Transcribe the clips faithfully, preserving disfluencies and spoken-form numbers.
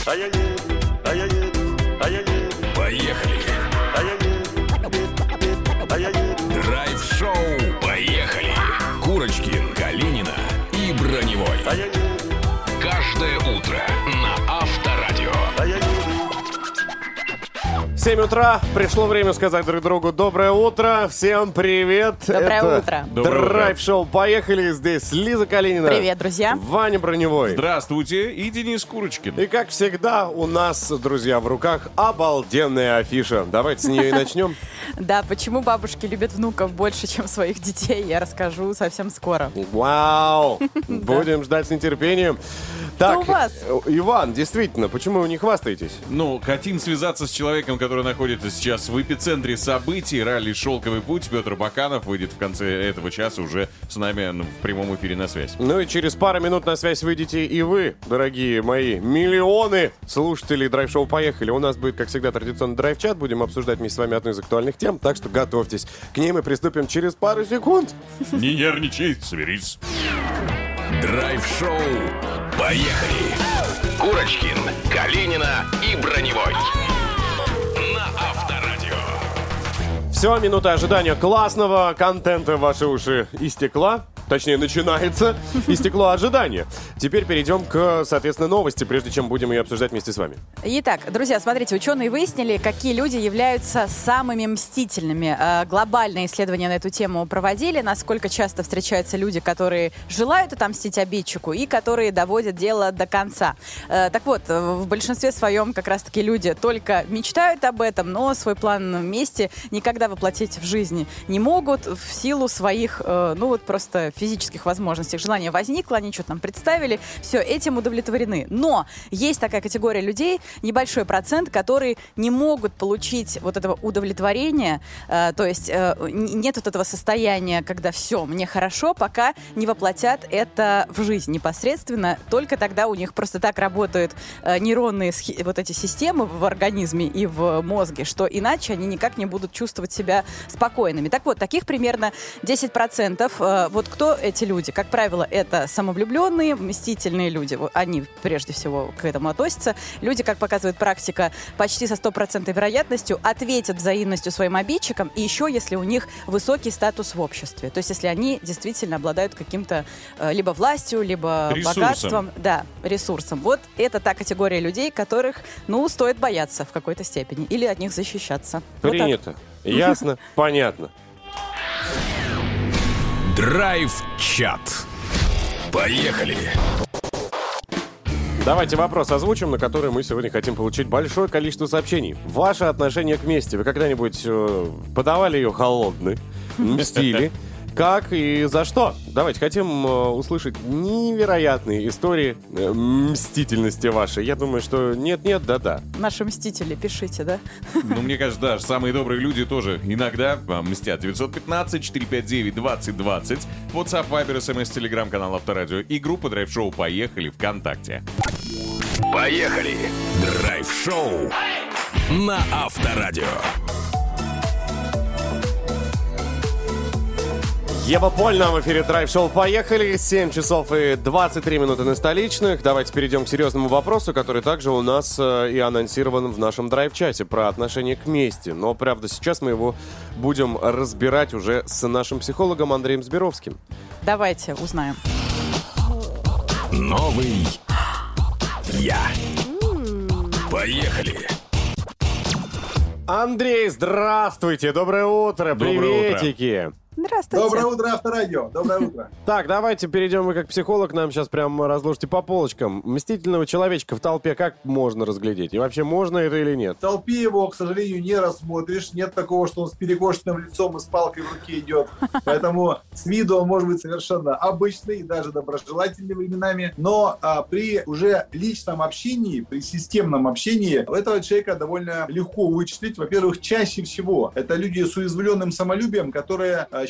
а я еду, а я еду, а я еду. Поехали. А я еду, а я еду. Драйв-шоу. Поехали. Курочкин, Калинина и Броневой. А я еду, Каждое утро на Авторадио. а я еду. семь утра. Пришло время сказать друг другу доброе утро. Всем привет. Доброе Это утро. Доброе утро. Драйв-шоу. Поехали. Здесь Лиза Калинина. Привет, друзья. Ваня Броневой. Здравствуйте, и Денис Курочкин. И как всегда у нас, друзья, в руках обалденная афиша. Давайте с нее и начнем. Да, почему бабушки любят внуков больше, чем своих детей, я расскажу совсем скоро. Вау. Будем ждать с нетерпением. Так, у вас? э, Иван, действительно, почему вы не хвастаетесь? Ну, хотим связаться с человеком, который находится сейчас в эпицентре событий. Ралли «Шелковый путь». Петр Баканов выйдет в конце этого часа уже с нами ну, в прямом эфире на связь. Ну и через пару минут на связь выйдете и вы, дорогие мои миллионы слушателей драйв-шоу «Поехали». У нас будет, как всегда, традиционный драйв-чат. Будем обсуждать вместе с вами одну из актуальных тем, так что готовьтесь. К ней мы приступим через пару секунд. Не нервничай, соберись. Драйв-шоу. Поехали. Курочкин, Калинина и Броневой. На Авторадио. Все, минута ожидания классного контента в ваши уши истекла. Точнее, начинается истекло ожидание. Теперь перейдем к, соответственно, новости, прежде чем будем ее обсуждать вместе с вами. Итак, друзья, смотрите, ученые выяснили, какие люди являются самыми мстительными. Э, Глобальное исследование на эту тему проводили, насколько часто встречаются люди, которые желают отомстить обидчику и которые доводят дело до конца. Э, Так вот, э, в большинстве своем как раз-таки люди только мечтают об этом, но свой план мести никогда воплотить в жизни не могут в силу своих, э, ну вот просто физических возможностей. Желание возникло, они что-то там представили, все, этим удовлетворены. Но есть такая категория людей, небольшой процент, которые не могут получить вот этого удовлетворения, э, то есть э, нет вот этого состояния, когда все, мне хорошо, пока не воплотят это в жизнь непосредственно. Только тогда у них просто так работают э, нейронные схи- вот эти системы в организме и в мозге, что иначе они никак не будут чувствовать себя спокойными. Так вот, таких примерно десять процентов. Э, вот кто эти люди? Как правило, это самовлюбленные, мстительные люди. Вот они прежде всего к этому относятся. Люди, как показывает практика, почти со стопроцентной вероятностью ответят взаимностью своим обидчикам, и еще если у них высокий статус в обществе. То есть если они действительно обладают каким-то э, либо властью, либо Ресурсом. богатством. Да, ресурсом. Вот это та категория людей, которых, ну, стоит бояться в какой-то степени. Или от них защищаться. Вот так. Принято. Ясно? Понятно. Драйв-чат. Поехали. Давайте вопрос озвучим, на который мы сегодня хотим получить большое количество сообщений. Ваше отношение к мести. Вы когда-нибудь э, подавали ее холодной? Мстили? Как и за что? Давайте, хотим э, услышать невероятные истории э, мстительности вашей. Я думаю, что нет-нет, да-да. Наши мстители, пишите, да? Ну, мне кажется, да, самые добрые люди тоже иногда а, мстят. девятьсот пятнадцать четыреста пятьдесят девять двадцать двадцать. WhatsApp, Viber, эс эм эс, Telegram-канал Авторадио и группа Драйв-шоу «Поехали» ВКонтакте. Поехали. Драйв-шоу на Авторадио. Ева Польна в эфире Драйв-шоу «Поехали». семь часов и двадцать три минуты на столичных. Давайте перейдем к серьезному вопросу, который также у нас э, и анонсирован в нашем драйв-чате про отношение к мести. Но, правда, сейчас мы его будем разбирать уже с нашим психологом Андреем Зберовским. Давайте узнаем. Новый я. Поехали. Андрей, здравствуйте, доброе утро, Доброе приветики. Здравствуйте. Доброе утро, Авторадио. Доброе утро. Так, давайте перейдем, вы как психолог нам сейчас прям разложите по полочкам. Мстительного человечка в толпе как можно разглядеть? И вообще можно это или нет? В толпе его, к сожалению, не рассмотришь. Нет такого, что он с перекошенным лицом и с палкой в руке идет. Поэтому с виду он может быть совершенно обычный, даже доброжелательный временами. Но а, при уже личном общении, при системном общении, этого человека довольно легко вычислить. Во-первых, чаще всего это люди с уязвленным самолюбием, которые а, считают,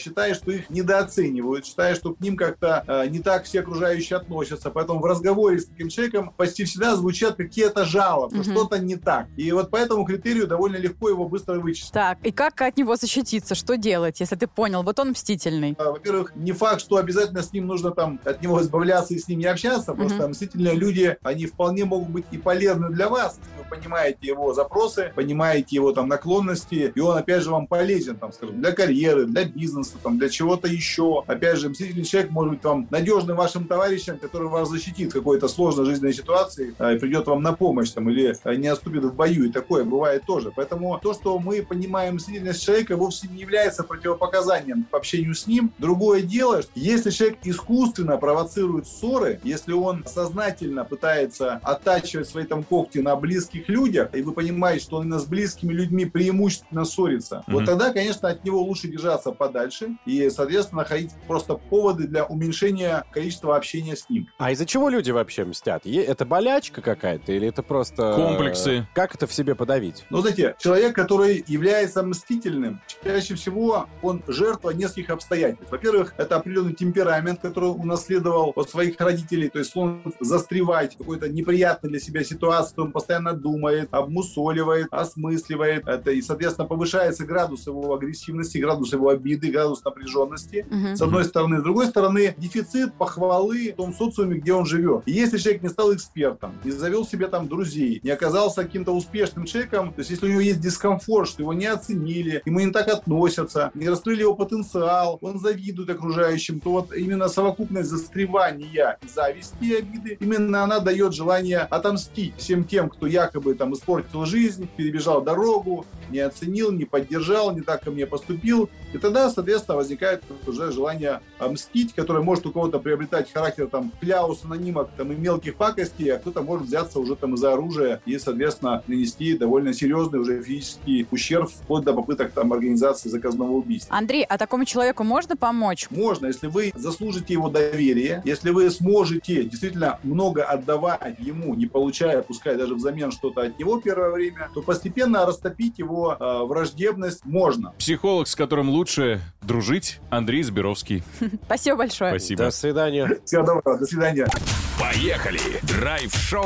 считая, что их недооценивают, считая, что к ним как-то э, не так все окружающие относятся. Поэтому в разговоре с таким человеком почти всегда звучат какие-то жалобы, что Мгм. что-то не так. И вот по этому критерию довольно легко его быстро вычислить. Так, и как от него защититься? Что делать, если ты понял? Вот он мстительный. А, Во-первых, не факт, что обязательно с ним нужно там от него избавляться и с ним не общаться. Просто Мгм. мстительные люди, они вполне могут быть и полезны для вас, если вы понимаете его запросы, понимаете его там наклонности, и он опять же вам полезен, там, скажем, для карьеры, для бизнеса, там, для чего-то еще. Опять же, мстительный человек может быть вам надежным вашим товарищем, который вас защитит в какой-то сложной жизненной ситуации а, и придет вам на помощь там, или а, не отступит в бою. И такое бывает тоже. Поэтому то, что мы понимаем мстительность человека, вовсе не является противопоказанием к общению с ним. Другое дело, что если человек искусственно провоцирует ссоры, если он сознательно пытается оттачивать свои там когти на близких людях, и вы понимаете, что он именно с близкими людьми преимущественно ссорится, Мгм. вот тогда, конечно, от него лучше держаться подальше и, соответственно, находить просто поводы для уменьшения количества общения с ним. А из-за чего люди вообще мстят? Е- Это болячка какая-то или это просто... Комплексы. Как это в себе подавить? Но, знаете, человек, который является мстительным, чаще всего он жертва нескольких обстоятельств. Во-первых, это определенный темперамент, который он унаследовал от своих родителей, то есть он застревать в какой-то неприятной для себя ситуации, он постоянно думает, обмусоливает, осмысливает это, и, соответственно, повышается градус его агрессивности, градус его обиды, градус напряженности. Мгм. С одной стороны. С другой стороны, дефицит похвалы в том социуме, где он живет. И если человек не стал экспертом, не завел себе там друзей, не оказался каким-то успешным человеком, то есть если у него есть дискомфорт, что его не оценили, ему не так относятся, не раскрыли его потенциал, он завидует окружающим, то вот именно совокупность застревания и зависти и обиды, именно она дает желание отомстить всем тем, кто якобы там испортил жизнь, перебежал дорогу, не оценил, не поддержал, не так ко мне поступил. И тогда, соответственно, возникает уже желание мстить, которое может у кого-то приобретать характер там кляус, анонимок там, и мелких пакостей, а кто-то может взяться уже там из-за оружия и, соответственно, нанести довольно серьезный уже физический ущерб вплоть до попыток там организации заказного убийства. Андрей, а такому человеку можно помочь? Можно, если вы заслужите его доверие, если вы сможете действительно много отдавать ему, не получая, пускай даже взамен что-то от него первое время, то постепенно растопить его э, враждебность можно. Психолог, с которым лучше дружить, Андрей Зберовский. Спасибо большое. Спасибо. До свидания. Всего доброго, до свидания. Поехали! Драйв-шоу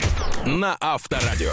на Авторадио.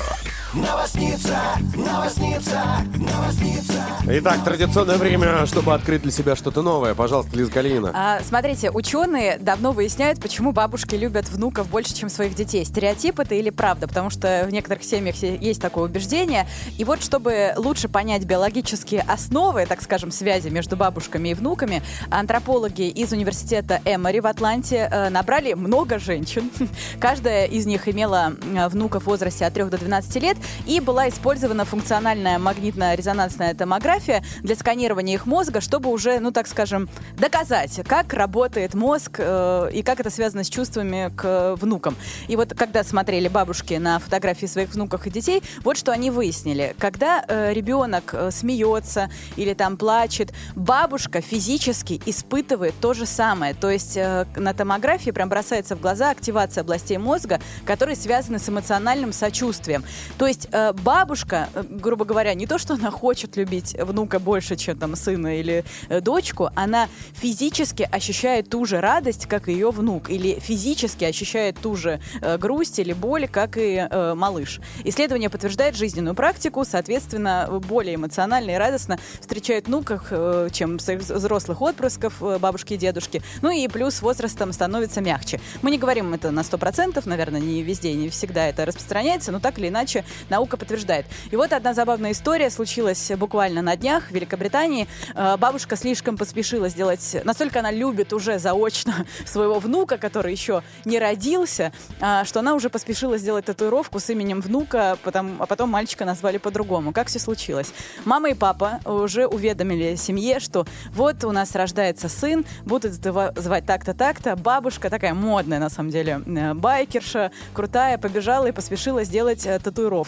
Итак, традиционное время, чтобы открыть для себя что-то новое. Пожалуйста, Лиза Калинина. А, смотрите, ученые давно выясняют, почему бабушки любят внуков больше, чем своих детей. Стереотип это или правда? Потому что в некоторых семьях есть такое убеждение. И вот, чтобы лучше понять биологические основы, так скажем, связи между бабушками и внуками, антропологи из университета Эмори в Атланте э, набрали много женщин. Каждая из них имела э, внуков в возрасте от трёх до двенадцати лет, и была использована функциональная магнитно-резонансная томография для сканирования их мозга, чтобы уже, ну так скажем, доказать, как работает мозг э, и как это связано с чувствами к внукам. И вот когда смотрели бабушки на фотографии своих внуков и детей, вот что они выяснили. Когда э, ребенок э, смеется или там плачет, бабушка физически испытывает то же самое. То есть э, на томографии прям бросается в глаза активация областей мозга, которые связаны с эмоциональным сочувствием. То есть э, бабушка, э, грубо говоря, не то, что она хочет любить внука больше, чем там сына или э, дочку, она физически ощущает ту же радость, как и ее внук, или физически ощущает ту же э, грусть или боль, как и э, малыш. Исследование подтверждает жизненную практику, соответственно, более эмоционально и радостно встречают внуков, э, чем своих взрослых отпрысков, э, бабушки и дедушки. Ну и плюс с возрастом становится мягче. Мы не говорим это на сто процентов, наверное, не везде, не всегда это распространяется, но так или иначе наука подтверждает. И вот одна забавная история случилась буквально на днях в Великобритании. Э, бабушка слишком поспешила сделать, настолько она любит уже заочно своего внука, который еще не родился, э, что она уже поспешила сделать татуировку с именем внука, потом, а потом мальчика назвали по-другому. Как все случилось? Мама и папа уже уведомили семье, что вот у нас рождается сын, будут звать так-то, так-то. Бабушка такая модная, на самом деле, байкерша, крутая, побежала и поспешила сделать татуировку.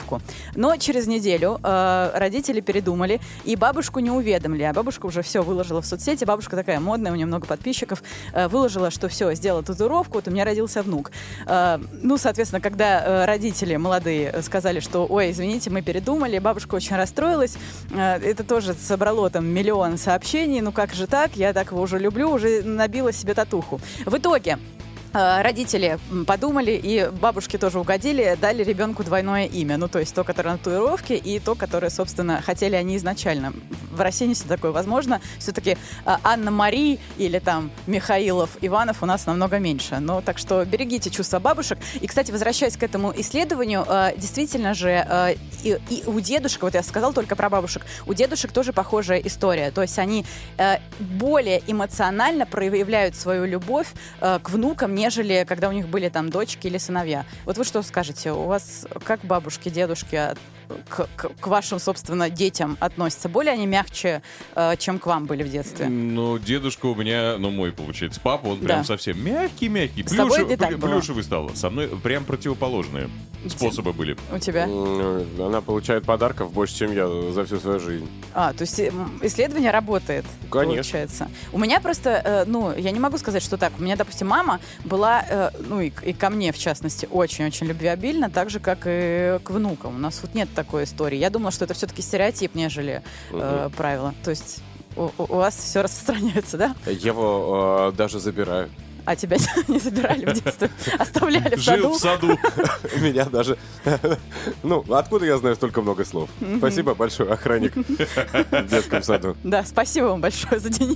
татуировку. Но через неделю э, родители передумали, и бабушку не уведомили. А бабушка уже все выложила в соцсети. Бабушка такая модная, у нее много подписчиков. Э, выложила, что все, сделала татуировку, вот у меня родился внук. Э, ну, соответственно, когда э, родители молодые сказали, что, ой, извините, мы передумали, бабушка очень расстроилась. Э, это тоже собрало там миллион сообщений. Ну, как же так? Я так его уже люблю, уже набила себе татуху. В итоге родители подумали, и бабушки тоже угодили, дали ребенку двойное имя. Ну, то есть то, которое на татуировке, и то, которое, собственно, хотели они изначально. В России не все такое возможно. Все-таки Анна-Мария или там Михаилов, Иванов у нас намного меньше. Но так что берегите чувства бабушек. И, кстати, возвращаясь к этому исследованию, действительно же и, и у дедушек, вот я сказала только про бабушек, у дедушек тоже похожая история. То есть они более эмоционально проявляют свою любовь к внукам, нежели когда у них были там дочки или сыновья. Вот вы что скажете? У вас как бабушки, дедушки к, к, к вашим, собственно, детям относятся? Более они мягче, э, чем к вам были в детстве? Ну, дедушка у меня, ну, мой, получается, папа, он Да. прям совсем мягкий-мягкий. С тобой Плюшев- не так плю- было? Плюшевый стал. Со мной прям противоположные способы были. У тебя? М, Она получает подарков больше, чем я за всю свою жизнь. А, то есть м, исследование работает, Конечно. получается. У меня просто, э, ну, я не могу сказать, что так. У меня, допустим, мама была, э, ну, и, к- и ко мне, в частности, очень-очень любвеобильна, так же, как и к внукам. У нас вот нет такой истории. Я думала, что это все-таки стереотип, нежели э, правило. То есть у, у- у вас все распространяется, да? Его э, даже забираю. А тебя не забирали в детстве? Оставляли в Жил саду? в саду. Меня даже... Ну, откуда я знаю столько много слов? Спасибо большое, охранник в детском саду. Да, спасибо вам большое за день.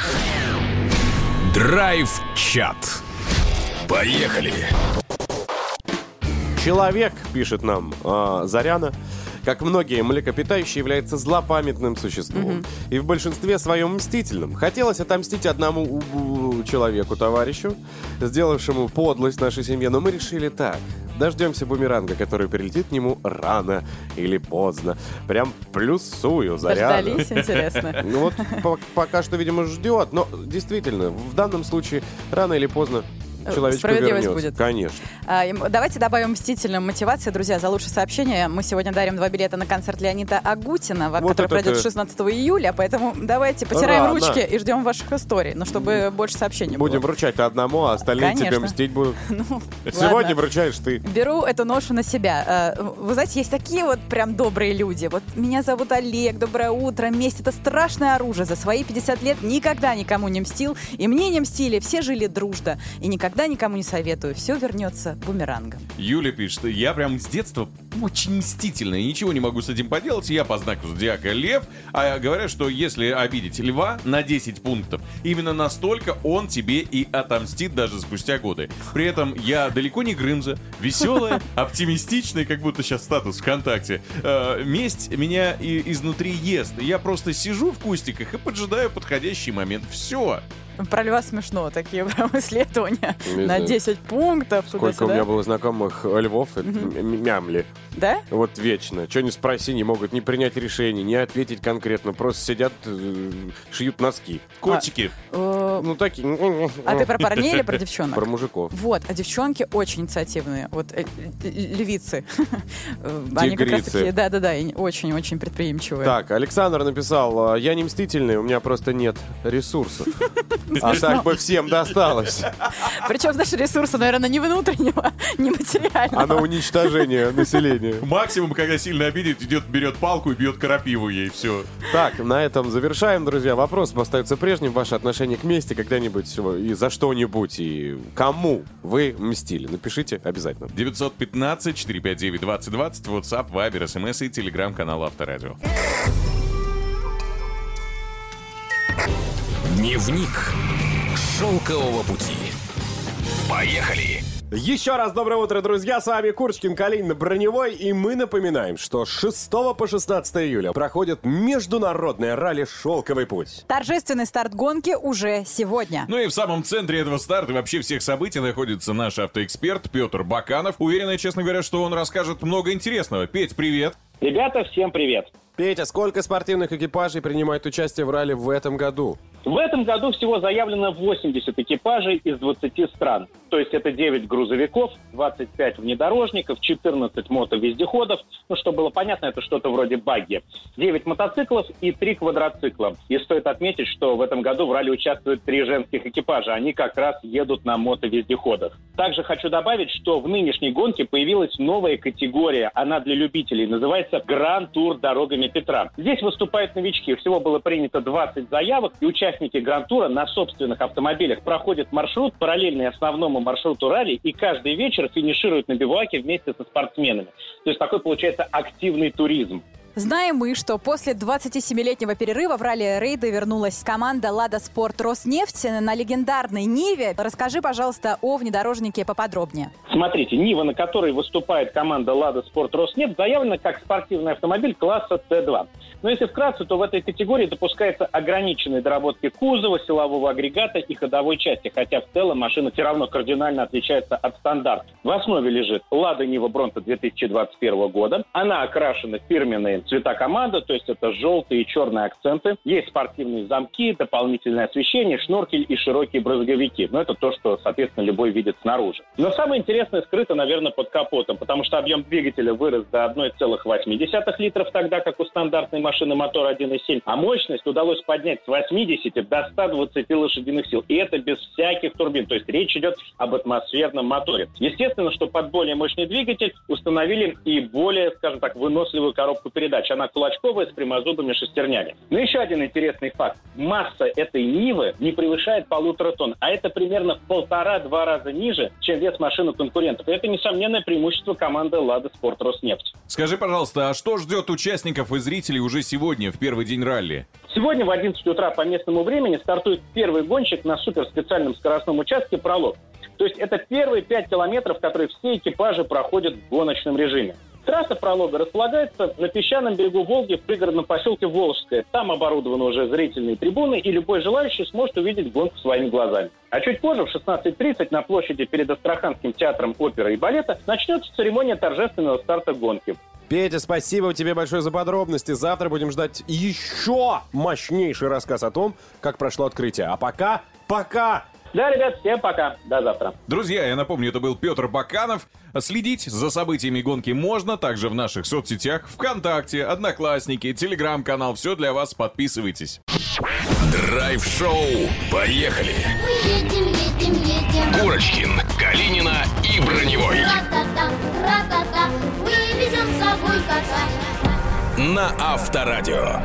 Драйв-чат. Поехали! Человек, пишет нам э, Заряна, как многие млекопитающие, является злопамятным существом. И в большинстве своем мстительным. Хотелось отомстить одному у- у человеку, товарищу, сделавшему подлость нашей семье, но мы решили так. Дождемся бумеранга, который прилетит к нему рано или поздно. Прям плюсую, Заряна. Дождались, интересно. Ну вот по- пока что, видимо, ждет. Но действительно, в данном случае рано или поздно человечку Справедливость вернется. будет. Конечно. А, им- Давайте добавим мстительным мотивации, друзья, за лучшее сообщение. Мы сегодня дарим два билета на концерт Леонида Агутина, во- Вот который это пройдет ты. шестнадцатого июля, поэтому давайте потираем Рано. ручки и ждем ваших историй, но чтобы больше сообщений Будем было. вручать одному, а остальные тебе Конечно. мстить будут. Ну, Сегодня ладно. вручаешь ты. Беру эту ношу на себя. Э, Вы знаете, есть такие вот прям добрые люди. Вот меня зовут Олег, доброе утро. Месть — это страшное оружие. За свои пятьдесят лет никогда никому не мстил. И мне не мстили, все жили дружно. И никогда никому не советую. Все вернется бумерангом. Юля пишет, я прям с детства очень мстительный, ничего не могу с этим поделать, я по знаку зодиака лев, а говорят, что если обидеть льва на десять пунктов, именно настолько он тебе и отомстит даже спустя годы. При этом я далеко не Грымза, веселая, оптимистичная, как будто сейчас статус ВКонтакте. Э, месть меня и изнутри ест, я просто сижу в кустиках и поджидаю подходящий момент. Все. Про льва смешно, такие прям исследования Не на знаю. десять пунктов. Сколько у туда-сюда. меня было знакомых львов, это м- мямли. Да? Вот вечно. Что не спроси, не могут ни принять решение, ни ответить конкретно. Просто сидят, э, шьют носки. Котики. Э, Ну, такие. А ты про парней или про девчонок? Про мужиков. Вот, а девчонки очень инициативные. Вот э, э, львицы. Э, Они как раз Тигрицы. такие, да-да-да, и очень-очень предприимчивые. Так, Александр написал, я не мстительный, у меня просто нет ресурсов. А так бы всем досталось. Причем, знаешь, ресурсы, наверное, не внутреннего, не материального. А на уничтожение населения. Максимум, когда сильно обидит, идет, берет палку и бьет крапиву ей, все. Так, на этом завершаем, друзья. Вопрос остается прежним. Ваше отношение к мести когда-нибудь и за что-нибудь, и кому вы мстили? Напишите обязательно. девятьсот пятнадцать четыреста пятьдесят девять двадцать двадцать, WhatsApp, Viber, СМС и телеграм-канал Авторадио. Дневник шелкового пути. Поехали! Еще раз доброе утро, друзья. С вами Курочкин, Калинин, Броневой. И мы напоминаем, что с шестого по шестнадцатое июля проходит международное ралли «Шелковый путь». Торжественный старт гонки уже сегодня. Ну и в самом центре этого старта и вообще всех событий находится наш автоэксперт Петр Баканов. Уверен, честно говоря, что он расскажет много интересного. Петь, привет! Ребята, всем привет! Петя, сколько спортивных экипажей принимает участие в ралли в этом году? В этом году всего заявлено восемьдесят экипажей из двадцати стран. То есть это девять грузовиков, двадцать пять внедорожников, четырнадцать мотовездеходов. Ну, чтобы было понятно, это что-то вроде багги. девять мотоциклов и три квадроцикла. И стоит отметить, что в этом году в ралли участвуют три женских экипажа. Они как раз едут на мотовездеходах. Также хочу добавить, что в нынешней гонке появилась новая категория. Она для любителей. Называется Гран-тур дорогами Петра. Здесь выступают новички. Всего было принято двадцать заявок. И участники Гран-тура на собственных автомобилях проходят маршрут, параллельный основному маршруту ралли, и каждый вечер финишируют на бивуаке вместе со спортсменами. То есть такой получается активный туризм. Знаем мы, что после двадцатисемилетнего перерыва в ралли-рейды вернулась команда «Лада Спорт Роснефть» на легендарной Ниве. Расскажи, пожалуйста, о внедорожнике поподробнее. Смотрите, Нива, на которой выступает команда «Лада Спорт Роснефть», заявлена как спортивный автомобиль класса Т два. Но если вкратце, то в этой категории допускается ограниченные доработки кузова, силового агрегата и ходовой части, хотя в целом машина все равно кардинально отличается от стандарта. В основе лежит «Лада Нива Бронто» две тысячи двадцать первого года. Она окрашена в фирменные цвета команды, то есть это желтые и черные акценты. Есть спортивные замки, дополнительное освещение, шнуркель и широкие брызговики. Но это то, что, соответственно, любой видит снаружи. Но самое интересное скрыто, наверное, под капотом, потому что объем двигателя вырос до одна целая восемь десятых литров, тогда как у стандартной машины мотор один и семь, а мощность удалось поднять с восьмидесяти до ста двадцати лошадиных сил. И это без всяких турбин, то есть речь идет об атмосферном моторе. Естественно, что под более мощный двигатель установили и более, скажем так, выносливую коробку передач. Она кулачковая с прямозубыми шестернями. Но еще один интересный факт. Масса этой Нивы не превышает полутора тонн, а это примерно в полтора-два раза ниже, чем вес машины конкурентов. И это несомненное преимущество команды «Лада Спорт Роснефть». Скажи, пожалуйста, а что ждет участников и зрителей уже сегодня, в первый день ралли? Сегодня в одиннадцать утра по местному времени стартует первый гонщик на суперспециальном скоростном участке «Пролог». То есть это первые пять километров, которые все экипажи проходят в гоночном режиме. Трасса пролога располагается на песчаном берегу Волги в пригородном поселке Волжское. Там оборудованы уже зрительные трибуны, и любой желающий сможет увидеть гонку своими глазами. А чуть позже, в шестнадцать тридцать, на площади перед Астраханским театром оперы и балета начнется церемония торжественного старта гонки. Петя, спасибо тебе большое за подробности. Завтра будем ждать еще мощнейший рассказ о том, как прошло открытие. А пока, пока! Да, ребят, всем пока. До завтра. Друзья, я напомню, это был Петр Баканов. Следить за событиями гонки можно также в наших соцсетях, ВКонтакте, Одноклассники, Телеграм-канал. Все для вас. Подписывайтесь. Драйв-шоу. Поехали. Мы едем, едем, едем. Курочкин, Калинина и Броневой. Ра-та-та, ра-та-та, вывезем с собой кота. На Авторадио.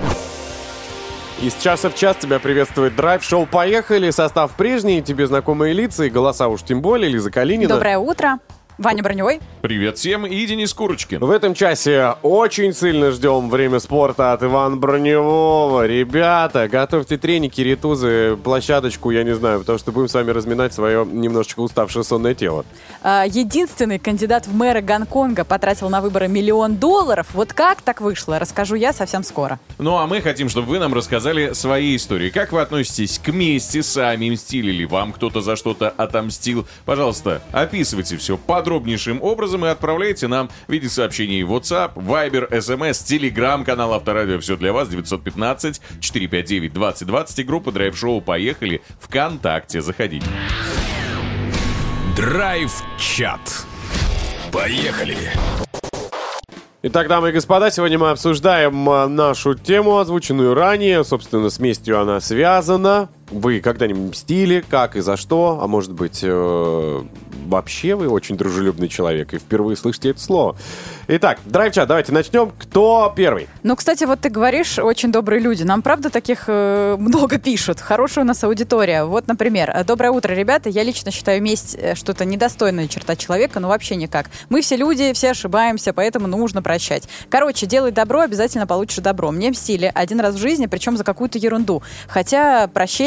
Из часа в час тебя приветствует драйв-шоу «Поехали». Состав прежний, тебе знакомые лица и голоса уж тем более. Лиза Калинина. Доброе утро. Ваня Броневой. Привет всем, и Денис Курочкин. В этом часе очень сильно ждем время спорта от Ивана Броневого. Ребята, готовьте треники, ритузы, площадочку, я не знаю, потому что будем с вами разминать свое немножечко уставшее сонное тело. Единственный кандидат в мэра Гонконга потратил на выборы миллион долларов. Вот как так вышло, расскажу я совсем скоро. Ну а мы хотим, чтобы вы нам рассказали свои истории. Как вы относитесь к мести, сами мстили ли вам кто-то за что-то отомстил? Пожалуйста, описывайте все подробнейшим образом и отправляйте нам в виде сообщений в WhatsApp, Viber, эс эм эс, Telegram, канал Авторадио «Все для вас», девять один пять четыре пять девять двадцать двадцать и группа Драйв-шоу «Поехали» ВКонтакте. Заходите. Драйв-чат. Поехали. Итак, дамы и господа, сегодня мы обсуждаем нашу тему, озвученную ранее. Собственно, с местью она связана. Вы когда-нибудь мстили? Как и за что? А может быть, э, вообще вы очень дружелюбный человек и впервые слышите это слово. Итак, драйв-чат, давайте начнем. Кто первый? Ну, кстати, вот ты говоришь, очень добрые люди. Нам, правда, таких э, много пишут. Хорошая у нас аудитория. Вот, например, доброе утро, ребята. Я лично считаю месть что-то недостойная черта человека, но вообще никак. Мы все люди, все ошибаемся, поэтому нужно прощать. Короче, делай добро, обязательно получишь добро. Мне мстили один раз в жизни, причем за какую-то ерунду. Хотя прощение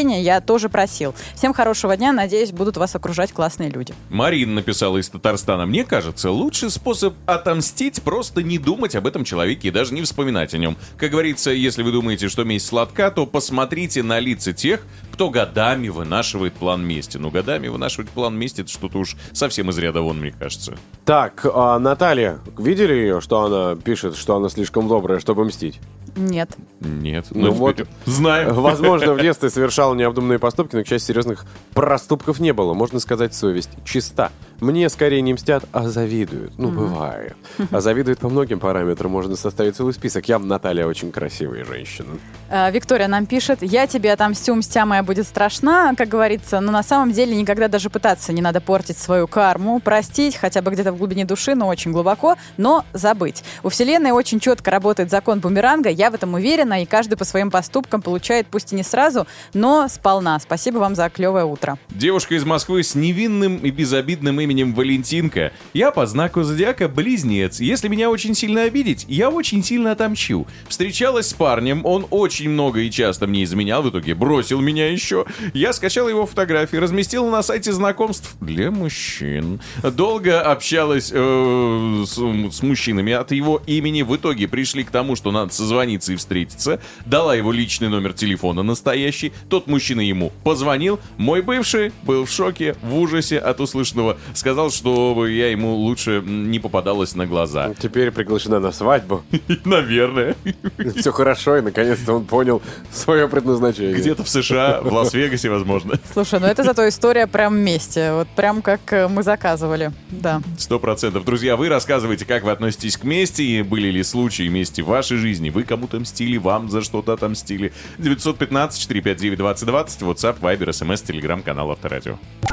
прощения, я тоже просил. Всем хорошего дня, надеюсь, будут вас окружать классные люди. Марина написала из Татарстана. Мне кажется, лучший способ отомстить — просто не думать об этом человеке и даже не вспоминать о нем. Как говорится, если вы думаете, что месть сладка, то посмотрите на лица тех, кто годами вынашивает план мести. Ну, годами вынашивать план мести — это что-то уж совсем из ряда вон, мне кажется. Так, а Наталья, видели ее, что она пишет, что она слишком добрая, чтобы мстить? Нет. Нет. Ну вот, теперь знаем. Возможно, в детстве совершала необдуманные поступки, но, к счастью, серьезных проступков не было. Можно сказать, совесть чиста. Мне скорее не мстят, а завидуют. Ну, бывает. А завидуют по многим параметрам. Можно составить целый список. Явно Наталья очень красивая женщина. А, Виктория нам пишет: я тебе отомстю, мстя моя будет страшна, как говорится, но на самом деле никогда даже пытаться не надо портить свою карму, простить, хотя бы где-то в глубине души, но очень глубоко, но забыть. У Вселенной очень четко работает закон бумеранга, я в этом уверена, и каждый по своим поступкам получает, пусть и не сразу, но сполна. Спасибо вам за клевое утро. Девушка из Москвы с невинным и безобидным именем Валентинка. Я по знаку зодиака близнец. Если меня очень сильно обидеть, я очень сильно отомщу. Встречалась с парнем, он очень много и часто мне изменял, в итоге бросил меня еще. Я скачал его фотографии, разместил на сайте знакомств для мужчин. Долго общалась э, с, с мужчинами от его имени. В итоге пришли к тому, что надо созвониться и встретиться. Дала его личный номер телефона настоящий. Тот мужчина ему позвонил. Мой бывший был в шоке, в ужасе от услышанного. Сказал, что я ему лучше не попадалась на глаза. Теперь приглашена на свадьбу. Наверное. Все хорошо, и наконец-то он понял свое предназначение. Где-то в США, в Лас-Вегасе, возможно. Слушай, ну это зато история прям вместе. Вот прям как э, мы заказывали. Да. Сто процентов. Друзья, вы рассказывайте, как вы относитесь к мести, и были ли случаи мести в вашей жизни. Вы кому-то мстили, вам за что-то отомстили. девятьсот пятнадцать четыреста пятьдесят девять двадцать двадцать, WhatsApp, Viber, эс эм эс, Telegram-канал Авторадио.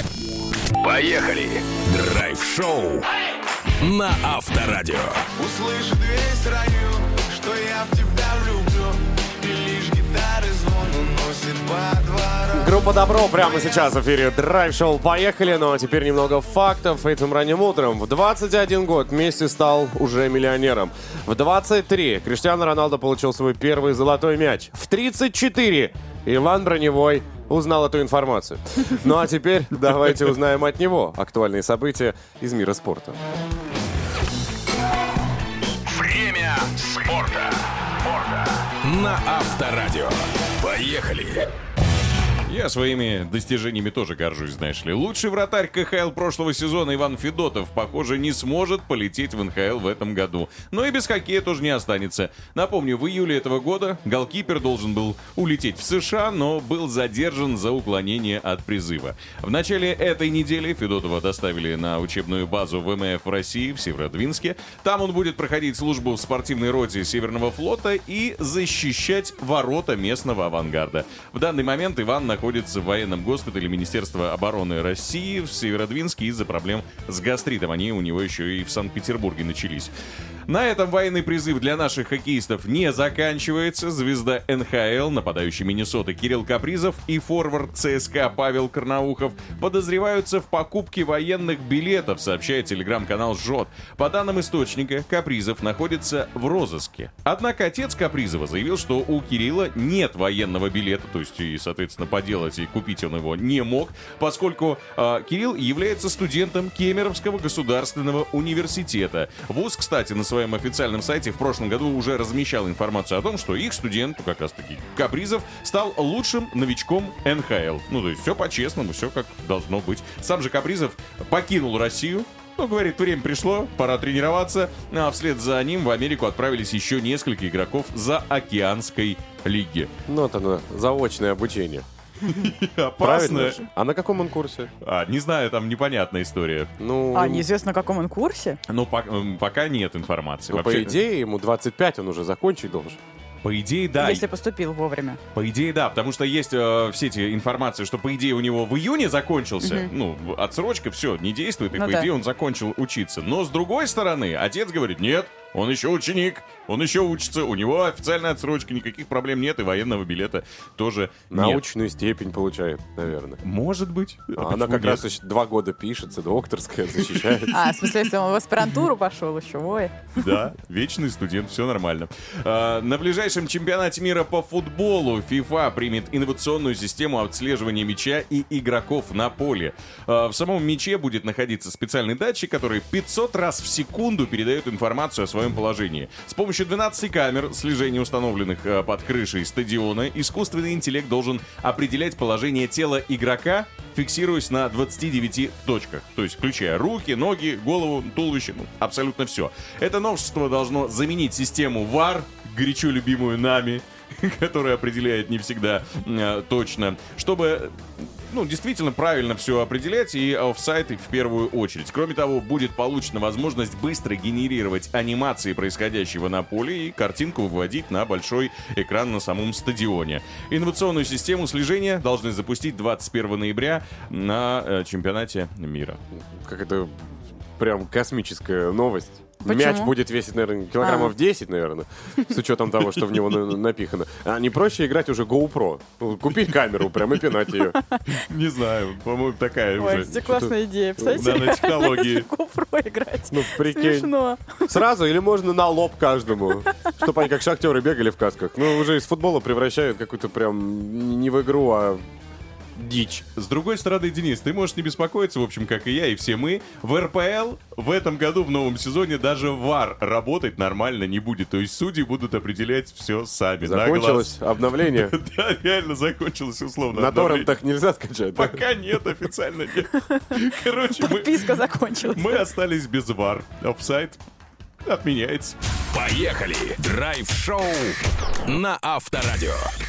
Поехали! Драйв-шоу на Авторадио. Услышит весь район, что я в тебя влюблен, и лишь гитары звон уносит по дворам. Группа «Добро» прямо сейчас в эфире драйв-шоу. Поехали, ну а теперь немного фактов. Этим ранним утром в двадцать один год Месси стал уже миллионером. В двадцать три Криштиано Роналдо получил свой первый золотой мяч. В тридцать четыре Иван Броневой узнал эту информацию. Ну а теперь давайте узнаем от него актуальные события из мира спорта. Время спорта. На Авторадио. Поехали! Я своими достижениями тоже горжусь, знаешь ли. Лучший вратарь ка ха эл прошлого сезона Иван Федотов, похоже, не сможет полететь в эн ха эл в этом году. Но и без хоккея тоже не останется. Напомню, в июле этого года голкипер должен был улететь в США, но был задержан за уклонение от призыва. В начале этой недели Федотова доставили на учебную базу вэ эм эф в России, в Северодвинске. Там он будет проходить службу в спортивной роте Северного флота и защищать ворота местного авангарда. В данный момент Иван находится находится в военном госпитале Министерства обороны России в Северодвинске из-за проблем с гастритом. Они у него еще и в Санкт-Петербурге начались. На этом военный призыв для наших хоккеистов не заканчивается. Звезда эн ха эл, нападающий Миннесоты Кирилл Капризов и форвард цэ эс ка Павел Карнаухов подозреваются в покупке военных билетов, сообщает телеграм-канал ЖОТ. По данным источника, Капризов находится в розыске. Однако отец Капризова заявил, что у Кирилла нет военного билета, то есть и, соответственно, поделать и купить он его не мог, поскольку э, Кирилл является студентом Кемеровского государственного университета. ВУЗ, кстати, на своем официальном сайте в прошлом году уже размещал информацию о том, что их студент, как раз таки Капризов, стал лучшим новичком эн ха эл. Ну, то есть все по-честному, все как должно быть. Сам же Капризов покинул Россию. Ну, говорит, время пришло, пора тренироваться. А вслед за ним в Америку отправились еще несколько игроков заокеанской лиги. Ну, вот оно, заочное обучение. Опасно. А на каком он курсе? А, не знаю, там непонятная история. Ну, А неизвестно, на каком он курсе? Ну, по- м, пока нет информации. ну, по Вообще, идее, ему двадцать пять, он уже закончить должен. по идее, да. Если поступил вовремя. По идее, да, потому что есть э, все эти информации, что, по идее, у него в июне закончился, ну, отсрочка, все, не действует, и, Ну по да. идее, он закончил учиться. Но, с другой стороны, отец говорит, нет, Он еще ученик, он еще учится, у него официальная отсрочка, никаких проблем нет, и военного билета тоже нет. Научную степень получает, наверное. Может быть. А она как раз еще два года пишется, докторская, защищает. А, в смысле, если он в аспирантуру пошел еще, ой. Да, вечный студент, все нормально. А, на ближайшем чемпионате мира по футболу FIFA примет инновационную систему отслеживания мяча и игроков на поле. А, в самом мяче будет находиться специальный датчик, который пятьсот раз в секунду передает информацию о своем положении. С помощью двенадцати камер слежения, установленных а, под крышей стадиона, искусственный интеллект должен определять положение тела игрока, фиксируясь на двадцати девяти точках. То есть включая руки, ноги, голову, туловище, ну, абсолютно все. Это новшество должно заменить систему вар, горячо любимую нами, которая определяет не всегда э, точно, чтобы, ну, действительно правильно все определять, и офсайд в первую очередь. Кроме того, будет получена возможность быстро генерировать анимации происходящего на поле и картинку выводить на большой экран на самом стадионе. Инновационную систему слежения должны запустить двадцать первого ноября на э, чемпионате мира. Как это прям космическая новость. Почему? Мяч будет весить, наверное, килограммов А. десять, наверное, с учетом того, что в него на- напихано. А не проще играть уже GoPro? Ну, купить камеру прям и пинать ее. Не знаю, по-моему, такая Ой, уже это классная идея. Представляете, нанотехнологии. в GoPro играть. Ну, прикинь. Смешно. Сразу или можно на лоб каждому? Чтобы они как шахтеры бегали в касках. Ну, уже из футбола превращают какую-то прям не в игру, а дичь. С другой стороны, Денис, ты можешь не беспокоиться, в общем, как и я, и все мы. В эр пэ эл в этом году, в новом сезоне, даже вар работать нормально не будет. То есть судьи будут определять все сами. на Закончилось глаз. обновление. Да, реально закончилось условно. На обновление. торрентах нельзя скачать. да? Пока нет, официально нет. Короче, мы, Подписка закончилась. мы остались без вар. Офсайд отменяется. Поехали! Драйв-шоу на Авторадио.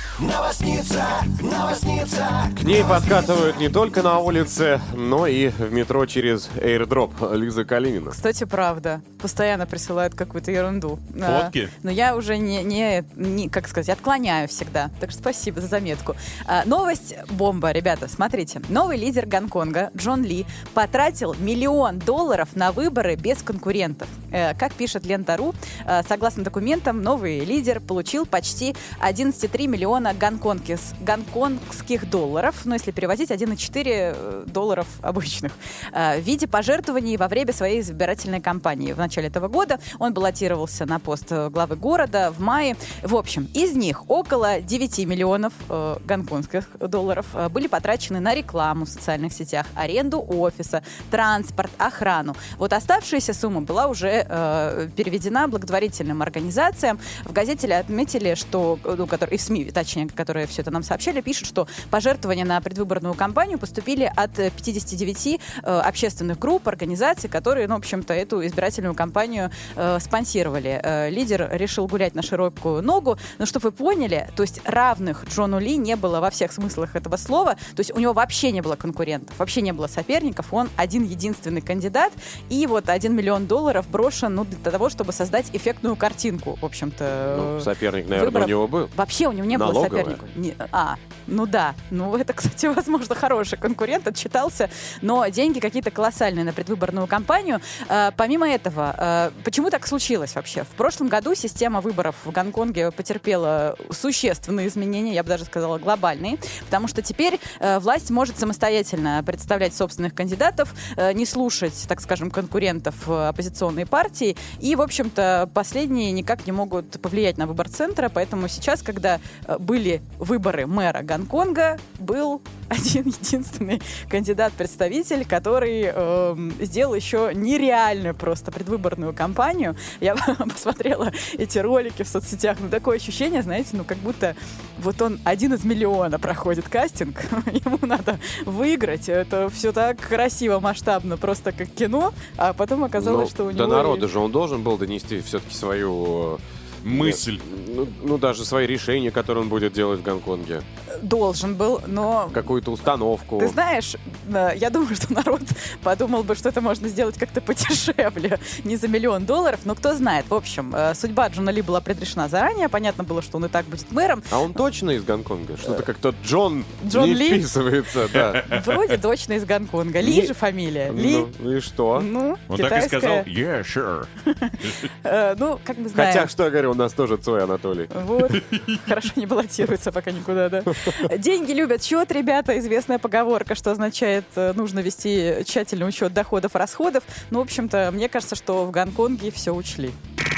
К ней подкатывают не только на улице, но и в метро через AirDrop. Лиза Калинина. Кстати, правда. Постоянно присылают какую-то ерунду. Фотки? А, но я уже не, не, не, как сказать, отклоняю всегда. Так что спасибо за заметку. А, новость бомба, ребята. Смотрите. Новый лидер Гонконга Джон Ли потратил миллион долларов на выборы без конкурентов. Э, как пишет Лента.ру, э, согласно документам, новый лидер получил почти одиннадцать целых три миллиона гонконгских, гонконгских долларов, ну, если переводить, один целых четыре долларов обычных, э, в виде пожертвований во время своей избирательной кампании. В начале этого года он баллотировался на пост главы города в мае. В общем, из них около девяти миллионов э, гонконгских долларов э, были потрачены на рекламу в социальных сетях, аренду офиса, транспорт, охрану. Вот оставшаяся сумма была уже э, переведена благотворительным организациям. В газете отметили, что, ну, которые, и в СМИ, точнее, которые все это нам сообщали, пишут, что пожертвования на предвыборную кампанию поступили от пятидесяти девяти э, общественных групп, организаций, которые, ну, в общем-то, эту избирательную кампанию э, спонсировали. Э, лидер решил гулять на широкую ногу, но чтобы вы поняли, то есть равных Джону Ли не было во всех смыслах этого слова, то есть у него вообще не было конкурентов, вообще не было соперников, он один-единственный кандидат, и вот один миллион долларов брошен, ну, для того, чтобы создать эффектную картинку, в общем-то. Ну, соперник, наверное, выборов. у него был. Вообще у него не Налоговая. было соперника. Не- а, ну да. Ну, это, кстати, возможно, хороший конкурент, отчитался, но деньги какие-то колоссальные на предвыборную кампанию. А, помимо этого, а, почему так случилось вообще? В прошлом году система выборов в Гонконге потерпела существенные изменения, я бы даже сказала, глобальные, потому что теперь а, власть может самостоятельно представлять собственных кандидатов, а, не слушать, так скажем, конкурентов а, оппозиционной партии, и, в общем-то, последние никак не могут повлиять на выбор центра, поэтому сейчас, когда а, были выборы мэра Гонконга, был один единственный кандидат-представитель, который э, сделал еще нереальную просто предвыборную кампанию. Я посмотрела эти ролики в соцсетях, ну, такое ощущение, знаете, ну, как будто вот он один из миллиона проходит кастинг, ему надо выиграть, это все так красиво, масштабно, просто как кино, а потом оказалось, Ну, что у до него... народа же он должен был донести все-таки свою... э, Мысль. Ну, ну, даже свои решения, которые он будет делать в Гонконге. Должен был, но... Какую-то установку. Ты знаешь, э, я думаю, что народ подумал бы, что это можно сделать как-то подешевле, не за миллион долларов, но кто знает. В общем, э, судьба Джона Ли была предрешена заранее, понятно было, что он и так будет мэром. А он точно из Гонконга? Что-то как-то Джон, Джон не Ли? вписывается, да. Вроде точно из Гонконга. Ли Не- же фамилия. Ли. Ну, и что? Ну, Он так и сказал, китайская. yeah, sure. Э, Ну, как мы знаем. Хотя, что я говорю, у нас тоже Цой Анатолий. Вот. Хорошо не баллотируется пока никуда, да. Деньги любят счет, ребята. Известная поговорка, что означает, э, нужно вести тщательный учет доходов и расходов. Ну, в общем-то, мне кажется, что в Гонконге все учли.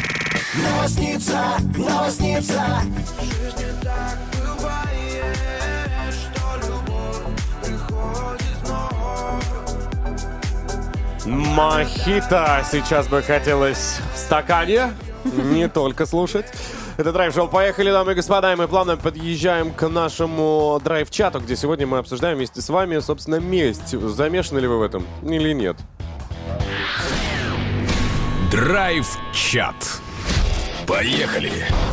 Мохито сейчас бы хотелось в стакане, не только слушать. Это драйв-шоу. Поехали, дамы и господа, и мы плавно подъезжаем к нашему драйв-чату, где сегодня мы обсуждаем вместе с вами, собственно, месть. Замешаны ли вы в этом или нет? Драйв-чат. Поехали.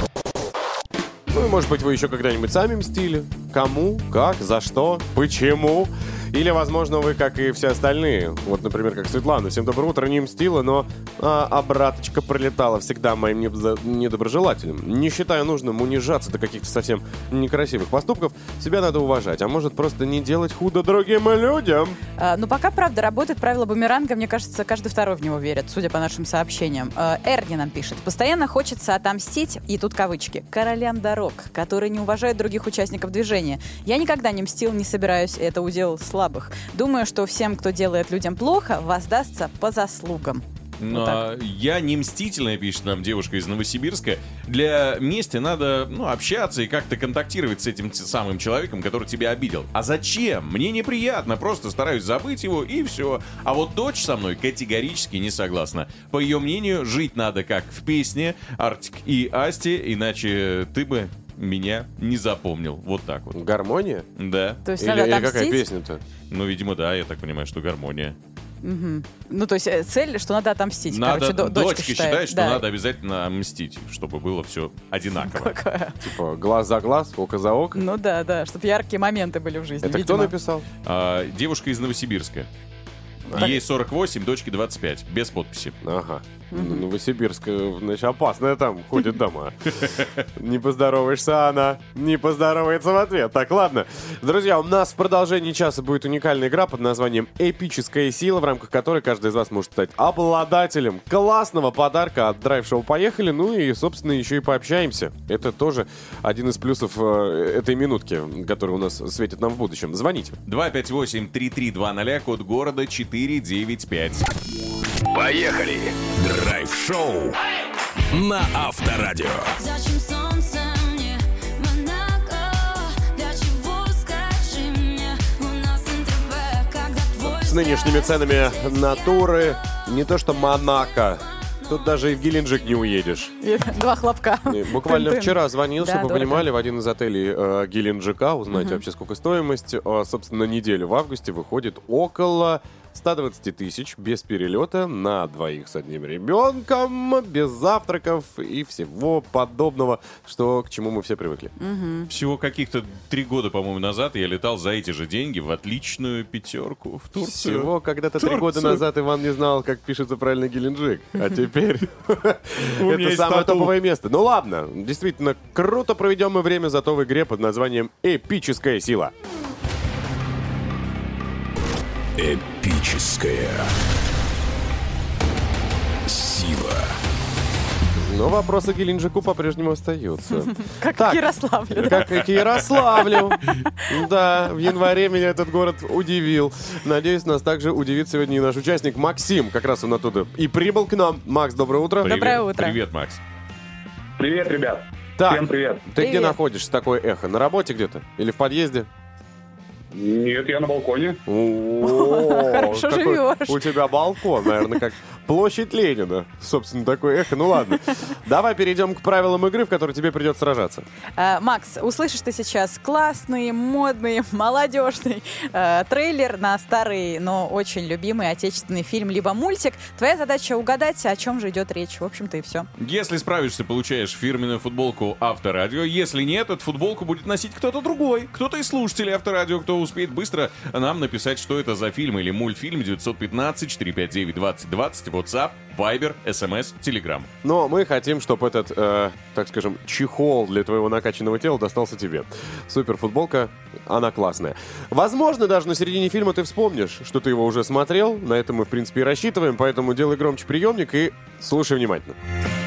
Ну, и, может быть, вы еще когда-нибудь сами мстили? Кому, как, за что, почему? Или, возможно, вы, как и все остальные, вот, например, как Светлана, всем доброе утро, не мстила, но а, обраточка пролетала всегда моим небза- недоброжелателем. Не считаю нужным унижаться до каких-то совсем некрасивых поступков, себя надо уважать, а может просто не делать худо другим людям. А, Ну, пока, правда, работает правило бумеранга. Мне кажется, каждый второй в него верит, судя по нашим сообщениям. А, Эрни нам пишет. Постоянно хочется отомстить, и тут кавычки, королям дорог, которые не уважают других участников движения. Я никогда не мстил, не собираюсь, это удел слабых. Думаю, что всем, кто делает людям плохо, воздастся по заслугам. Но Вот так. я не мстительная, пишет нам девушка из Новосибирска. Для мести надо, ну, общаться и как-то контактировать с этим самым человеком, который тебя обидел. А зачем? Мне неприятно, просто стараюсь забыть его и все. А вот дочь со мной категорически не согласна. По ее мнению, жить надо как в песне Артик и Асти, иначе ты бы меня не запомнил. Вот так вот. Гармония? Да. То есть Или, надо или какая отомстить? песня-то? Ну, видимо, да, я так понимаю, что гармония. Мгм. Ну, то есть э, цель, что надо отомстить. Надо, Короче, до- дочка дочка считает, считает, что да. надо обязательно мстить, чтобы было все одинаково. Какая? Типа глаз за глаз, око за око. Ну да, да, чтобы яркие моменты были в жизни. Это видимо. кто написал? А, девушка из Новосибирска. Ей сорок восемь, дочке двадцать пять. Без подписи. Ага. Ну, Новосибирск, значит, опасная там ходит дома. Не поздороваешься, она не поздоровается в ответ. Так, ладно. Друзья, у нас в продолжении часа будет уникальная игра под названием «Эпическая сила», в рамках которой каждый из вас может стать обладателем классного подарка от драйв-шоу «Поехали». Ну и, собственно, еще и пообщаемся. Это тоже один из плюсов э, этой минутки, которая у нас светит нам в будущем. Звоните. два пять восемь три три два ноль, код города четыре девять пять. Поехали. Драйв-шоу на Авторадио. Зачем солнце мне Монако? Для чего, скажи мне? У нас НТВ, когда твой С нынешними ценами натуры не то что Монако, тут даже и в Геленджик не уедешь. И два хлопка. И Буквально Тын-тын. вчера звонил, Да, чтобы вы дорого. понимали, в один из отелей э, Геленджика, узнать вообще, сколько стоимость. Э, собственно, на неделю в августе выходит около сто двадцать тысяч без перелета на двоих с одним ребенком, без завтраков и всего подобного, что к чему мы все привыкли. Всего каких-то три года, по-моему, назад я летал за эти же деньги в отличную пятерку в Турцию. Всего когда-то три года Турцию. назад Иван не знал, как пишется правильно Геленджик. А теперь У меня это есть самое тату. топовое место. Ну ладно, действительно, круто проведем мы время зато в игре под названием «Эпическая сила». Эпическая сила. Но вопросы к Геленджику по-прежнему остаются. Как Так, в Ярославле, да? Как и к Ярославлю. Да, в январе меня этот город удивил. Надеюсь, нас также удивит сегодня и наш участник Максим. Как раз он оттуда и прибыл к нам. Макс, доброе утро. Привет. Доброе утро. Привет, Макс. Привет, ребят. Так, Всем привет. ты где Привет. находишься? Такое эхо. На работе где-то? Или в подъезде? Нет, я на балконе. О, Хорошо какой живешь. У тебя балкон, наверное, как Площадь Ленина. Собственно, такое эхо. Ну ладно. Давай перейдем к правилам игры, в которой тебе придется сражаться. Э, Макс, услышишь ты сейчас классный, модный, молодежный э, трейлер на старый, но очень любимый отечественный фильм либо мультик. Твоя задача угадать, о чем же идет речь. В общем-то и все. Если справишься, получаешь фирменную футболку Авторадио. Если нет, эту футболку будет носить кто-то другой. Кто-то из слушателей Авторадио, кто успеет быстро нам написать, что это за фильм или мультфильм. Девятьсот пятнадцать четыреста пятьдесят девять двадцать двадцать, WhatsApp, Viber, эс эм эс, Telegram. Но мы хотим, чтобы этот, э, так скажем, чехол для твоего накачанного тела достался тебе. Супер футболка, она классная. Возможно, даже на середине фильма ты вспомнишь, что ты его уже смотрел. На это мы, в принципе, и рассчитываем. Поэтому делай громче приемник и слушай внимательно.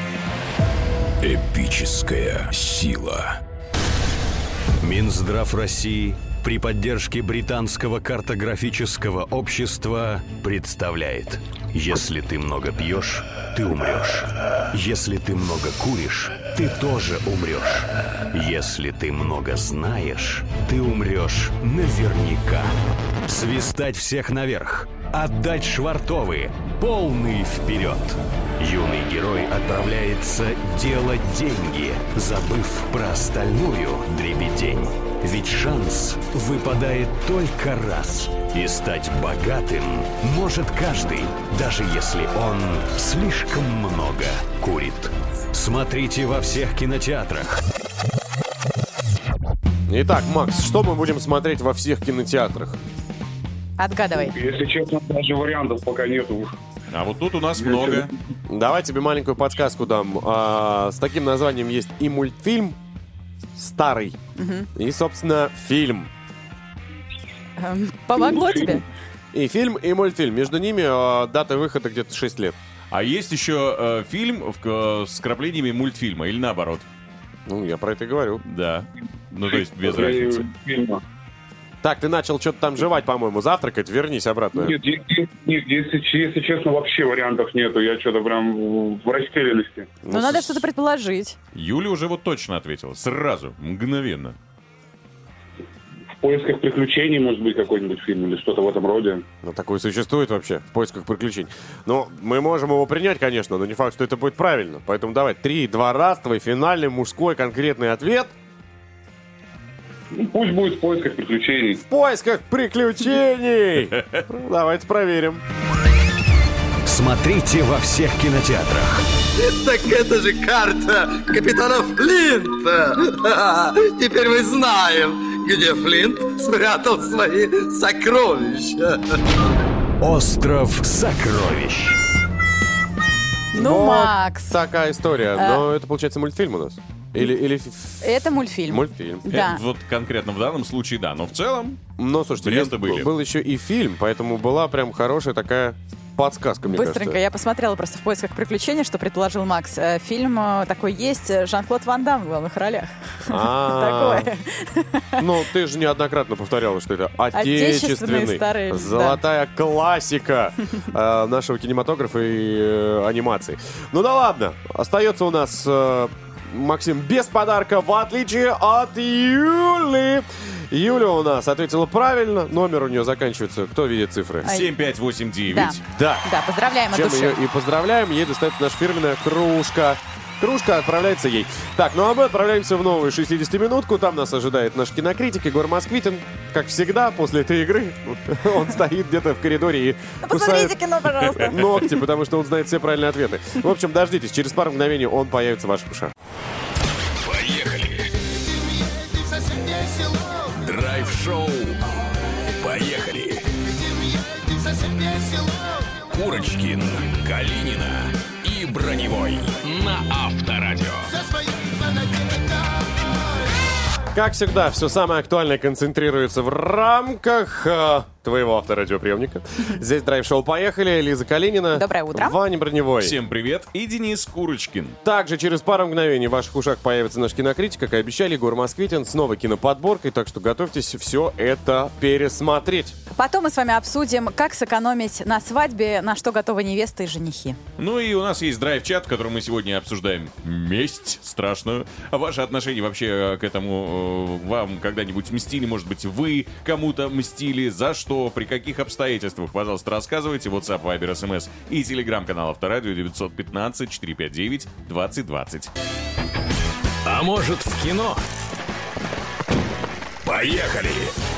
Эпическая сила. Минздрав России при поддержке британского картографического общества представляет: если ты много пьешь, ты умрешь. Если ты много куришь, ты тоже умрешь. Если ты много знаешь, ты умрешь наверняка. Свистать всех наверх, отдать швартовы, полный вперед. Юный герой отправляется делать деньги, забыв про остальную дребедень. Ведь шанс выпадает только раз. И стать богатым может каждый, даже если он слишком много курит. Смотрите во всех кинотеатрах. Итак, Макс, что мы будем смотреть во всех кинотеатрах? Отгадывай. Если честно, даже вариантов пока нету. А вот тут у нас много. Давай тебе маленькую подсказку дам. А, с таким названием есть и мультфильм старый, Угу. и, собственно, фильм. Эм, помогло тебе? И фильм, и мультфильм. Между ними а, дата выхода где-то шесть лет. А есть еще э, фильм в, э, с краплениями мультфильма, или наоборот? Ну, я про это и говорю. Да. Ну, то есть без разницы. Фильма. Так, ты начал что-то там жевать, по-моему, завтракать. Вернись обратно. Нет, е- е- нет, если, если честно, вообще вариантов нету. Я что-то прям в растерянности. Ну, надо что-то предположить. Юля уже вот точно ответила. Сразу, мгновенно. В поисках приключений, может быть, какой-нибудь фильм или что-то в этом роде. Ну, такое существует вообще, в поисках приключений. Ну, мы можем его принять, конечно, но не факт, что это будет правильно. Поэтому давай, три, два, раз, твой финальный мужской конкретный ответ. Ну, пусть будет в поисках приключений. В поисках приключений! Давайте проверим. Смотрите во всех кинотеатрах. Так это же карта капитана Флинта. Теперь мы знаем, где Флинт спрятал свои сокровища. Остров сокровищ. Ну, Вот Макс, такая история. А. Но это, получается, мультфильм у нас. Или, или ф- это мультфильм. мультфильм. Да. Э, вот конкретно в данном случае, да. Но в целом, Но, слушайте, Варианты есть- были. был еще и фильм, поэтому была прям хорошая такая подсказка, мне Быстренько, кажется. я посмотрела просто в поисках приключений, что предположил Макс. Э, Фильм э, такой есть, э, Жан-Клод Ван Дамм в главных ролях. А, Такое. Ну, ты же неоднократно повторяла, что это Отечественный, отечественный, старый, да. золотая классика э, нашего кинематографа и э, анимации. Ну да ладно, остается у нас э, Максим без подарка, в отличие от Юли. Юля у нас ответила правильно, номер у нее заканчивается, кто видит цифры? Ай. семь пять восемь девять. Да. Да. Да, поздравляем от Чем души. ее и поздравляем, ей достается наша фирменная кружка. Кружка отправляется ей. Так, ну а мы отправляемся в новую шестидесятиминутку. Там нас ожидает наш кинокритик Егор Москвитин. Как всегда, после этой игры он стоит где-то в коридоре и Ну, кусает посмотрите кино, пожалуйста. ногти, потому что он знает все правильные ответы. В общем, дождитесь, через пару мгновений он появится в ваших ушах. Поехали. Драйв-шоу. Поехали. Курочкин, Калинина и Броневой на Авторадио. Как всегда, все самое актуальное концентрируется в рамках э, твоего авторадиоприемника. Здесь драйв-шоу «Поехали». Лиза Калинина. Доброе утро. Ваня Броневой. Всем привет. И Денис Курочкин. Также через пару мгновений в ваших ушах появится наш кинокритик, как и обещали, Егор Москвитин с новой киноподборкой, так что готовьтесь все это пересмотреть. Потом мы с вами обсудим, как сэкономить на свадьбе, на что готовы невесты и женихи. Ну и у нас есть драйв-чат, в котором мы сегодня обсуждаем месть страшную. А ваше отношение вообще к этому, э, вам когда-нибудь мстили? Может быть, вы кому-то мстили? За что то при каких обстоятельствах, пожалуйста, рассказывайте. WhatsApp, Viber, эс эм эс и телеграм-канал Авторадио девятьсот пятнадцать четыреста пятьдесят девять двадцать двадцать. А может, в кино? Поехали!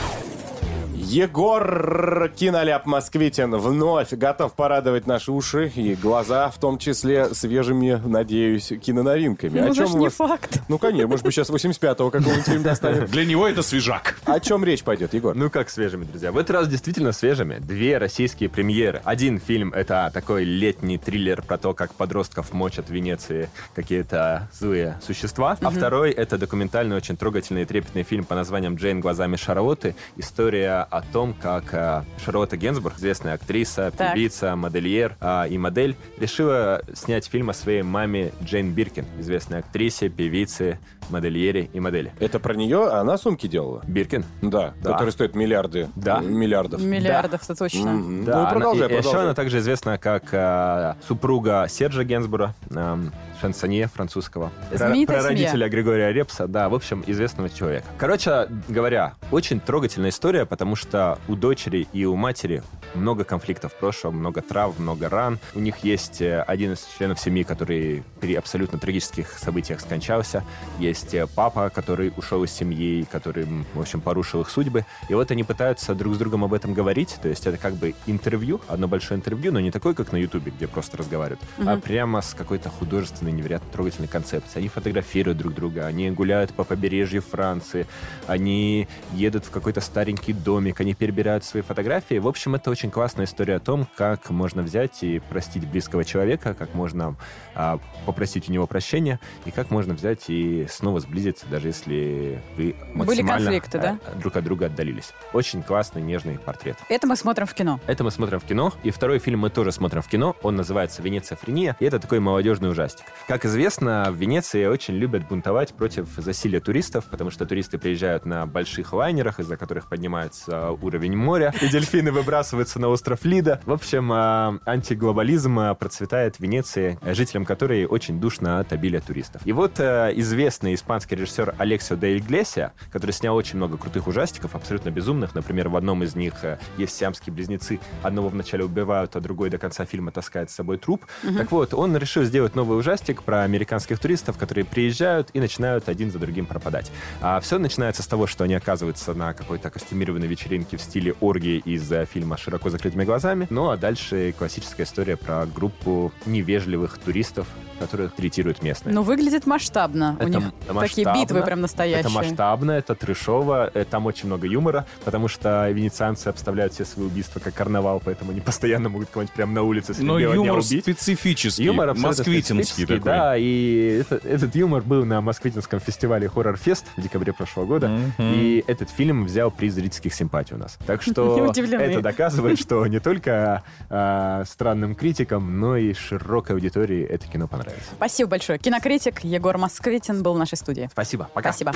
Егор Киноляп Москвитин вновь готов порадовать наши уши и глаза, в том числе свежими, надеюсь, киноновинками. Ну, О чем даже у не вас- факт. Ну, конечно, может быть, сейчас восемьдесят пятого какого-нибудь фильма достанем. Для него это свежак. О чем речь пойдет, Егор? Ну как свежими, друзья? В этот раз действительно свежими. Две российские премьеры. Один фильм — это такой летний триллер про то, как подростков мочат в Венеции какие-то злые существа. А второй — это документальный, очень трогательный и трепетный фильм по названием «Джейн глазами Шарлотты». История о том, как э, Шарлотта Генсбург, известная актриса, Так. певица, модельер э, и модель, решила снять фильм о своей маме Джейн Биркин, известной актрисе, певице, модельере и модели. Это про нее? Она сумки делала? Биркин? Да, Да. которые стоят миллиарды. Да. Миллиардов. Миллиардов-то точно. Мгм. Да, Ну, она- продолжай, и, и еще продолжай. она также известна как э, супруга Сержа Генсбура, эм, шансонье французского. Знаменитая семья. Прародителя Григория Репса, да, в общем, известного человека. Короче говоря, очень трогательная история, потому что у дочери и у матери много конфликтов в прошлом, много трав, много ран. У них есть э, один из членов семьи, который при абсолютно трагических событиях скончался. Есть э, папа, который ушел из семьи, который, м, в общем, порушил их судьбы. И вот они пытаются друг с другом об этом говорить. То есть это как бы интервью, одно большое интервью, но не такое, как на Ютубе, где просто разговаривают, а прямо с какой-то художественной, невероятно трогательной концепцией. Они фотографируют друг друга, они гуляют по побережью Франции, они едут в какой-то старенький домик, они перебирают свои фотографии. В общем, это очень классная история о том, как можно взять и простить близкого человека, как можно а, попросить у него прощения, и как можно взять и снова сблизиться, даже если вы максимально конфликты, да? а, друг от друга отдалились. Очень классный, нежный портрет. Это мы смотрим в кино. Это мы смотрим в кино. И второй фильм мы тоже смотрим в кино. Он называется «Венеция Френия». И это такой молодежный ужастик. Как известно, в Венеции очень любят бунтовать против засилия туристов, потому что туристы приезжают на больших лайнерах, из-за которых поднимается уровень моря, и дельфины выбрасываются на остров Лида. В общем, а, антиглобализм а, процветает в Венеции, а, жителям которой очень душно от обилия туристов. И вот а, известный испанский режиссер Алексио де Иглесия, который снял очень много крутых ужастиков, абсолютно безумных. Например, в одном из них а, есть сиамские близнецы. Одного вначале убивают, а другой до конца фильма таскает с собой труп. Так вот, он решил сделать новый ужастик про американских туристов, которые приезжают и начинают один за другим пропадать. А все начинается с того, что они оказываются на какой-то костюмированной вечеринке в стиле оргии из э, фильма «С широко закрытыми глазами». Ну а дальше классическая история про группу невежливых туристов, которых третируют местные. Ну, выглядит масштабно. У Это них м- такие масштабно. битвы прям настоящие. Это масштабно, это трэшово, э, там очень много юмора, потому что венецианцы обставляют все свои убийства как карнавал, поэтому они постоянно могут кого-нибудь прямо на улице среди Но бела дня юмор убить. специфический, Юмор абсолютно москвитинский специфический, такой. да, и это- этот юмор был на москвитинском фестивале «Хоррор-фест» в декабре прошлого года, и этот фильм взял приз зрительских симпатий у нас. Так Не что удивлены. это доказывает, что не только а, странным критикам, но и широкой аудитории это кино понравится. Спасибо большое. Кинокритик Егор Москвитин был в нашей студии. Спасибо, пока. Спасибо.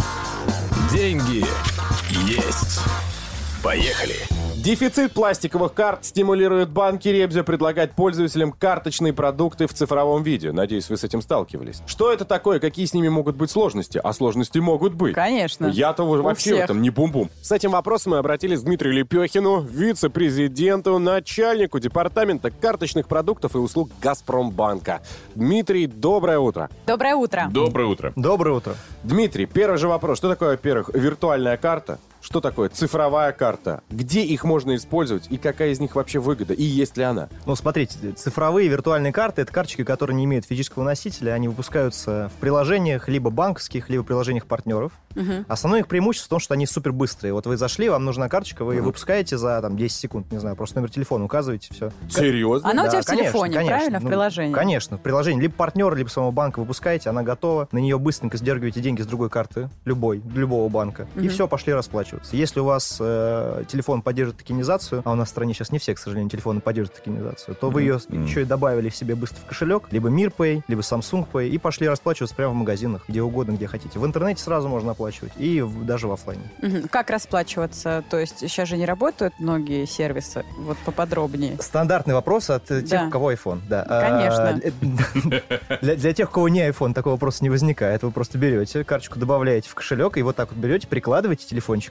Деньги есть. Поехали. Дефицит пластиковых карт стимулирует банки Ребзя предлагать пользователям карточные продукты в цифровом виде. Надеюсь, вы с этим сталкивались. Что это такое? Какие с ними могут быть сложности? А сложности могут быть. Конечно. Я-то У вообще в всех. этом не бум-бум. С этим вопросом мы обратились к Дмитрию Лепехину, вице-президенту, начальнику департамента карточных продуктов и услуг Газпромбанка. Дмитрий, доброе утро. Доброе утро. Доброе утро. Доброе утро. Дмитрий, первый же вопрос. Что такое, во-первых, виртуальная карта? Что такое цифровая карта? Где их можно использовать и какая из них вообще выгода? И есть ли она? Ну, смотрите, цифровые виртуальные карты — это карточки, которые не имеют физического носителя. Они выпускаются в приложениях либо банковских, либо приложениях партнеров. Мгм. Основное их преимущество в том, что они супер быстрые. Вот вы зашли, вам нужна карточка, вы ее выпускаете за там, десять секунд, не знаю, просто номер телефона указываете, все. Серьезно? Она у Да, тебя в конечно, телефоне, конечно. правильно? В Ну, приложении? Конечно, в приложении. Либо партнер, либо самого банка выпускаете, она готова. На нее быстренько сдергиваете деньги с другой карты, любой, любого банка. И Мгм. все, пошли расплачиваться. Если у вас э, телефон поддерживает токенизацию, а у нас в стране сейчас не все, к сожалению, телефоны поддерживают токенизацию, то вы ее Мгм. еще и добавили себе быстро в кошелек, либо Мирпэй, либо Samsung Pay, и пошли расплачиваться прямо в магазинах, где угодно, где хотите. В интернете сразу можно оплачивать, и в- даже в оффлайне. Мгм. Как расплачиваться? То есть сейчас же не работают многие сервисы. Вот поподробнее. Стандартный вопрос от э, тех, Да. у кого iPhone. Да. Конечно. А, Для, для тех, у кого не iPhone, такого вопроса не возникает. Вы просто берете карточку, добавляете в кошелек, и вот так вот берете, прикладываете телефончик,